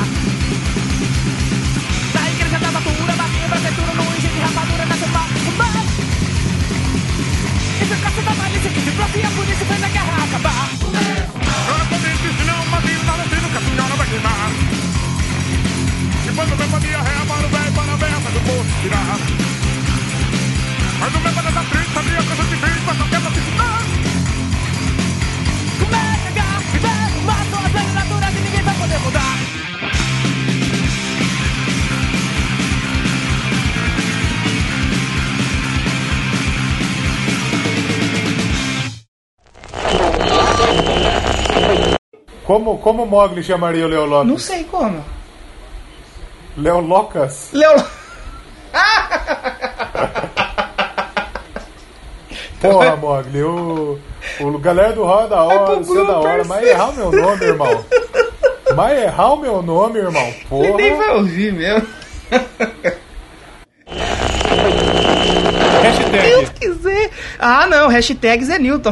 Na igreja da matura, barrinha, prefeitura, no engenho de rapadura, nasceu mal, fumar. E foi caça da malícia que se profia, por isso fez a guerra acabar. Provavelmente, se não, mas viu, nada tendo que a senhora vai queimar. E quando vem pra diarreia, para o velho, para a velha, faz o poço tirar. Mas o meu para da triste, sabia coisa de vez, mas não quer participar. Como, como o Mogli chamaria o Leolocas? Não sei como. Leolocas? Leo... Porra, Mogli, o, o galera do Raul é da hora, você é da hora, mas errar o meu nome, irmão. Mas errar o meu nome, irmão, porra. Nem vai ouvir mesmo. Hashtag. Deus quiser. Ah, não, hashtag Zenilton.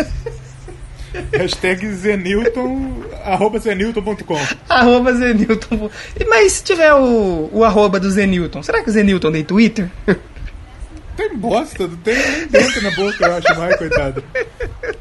Hashtag Zenilton, arroba zenilton ponto com. Arroba Zenilton. Mas se tiver o, o arroba do Zenilton, será que o Zenilton tem Twitter? Tem bosta, não tem nem dentro na boca, eu acho mais, coitado.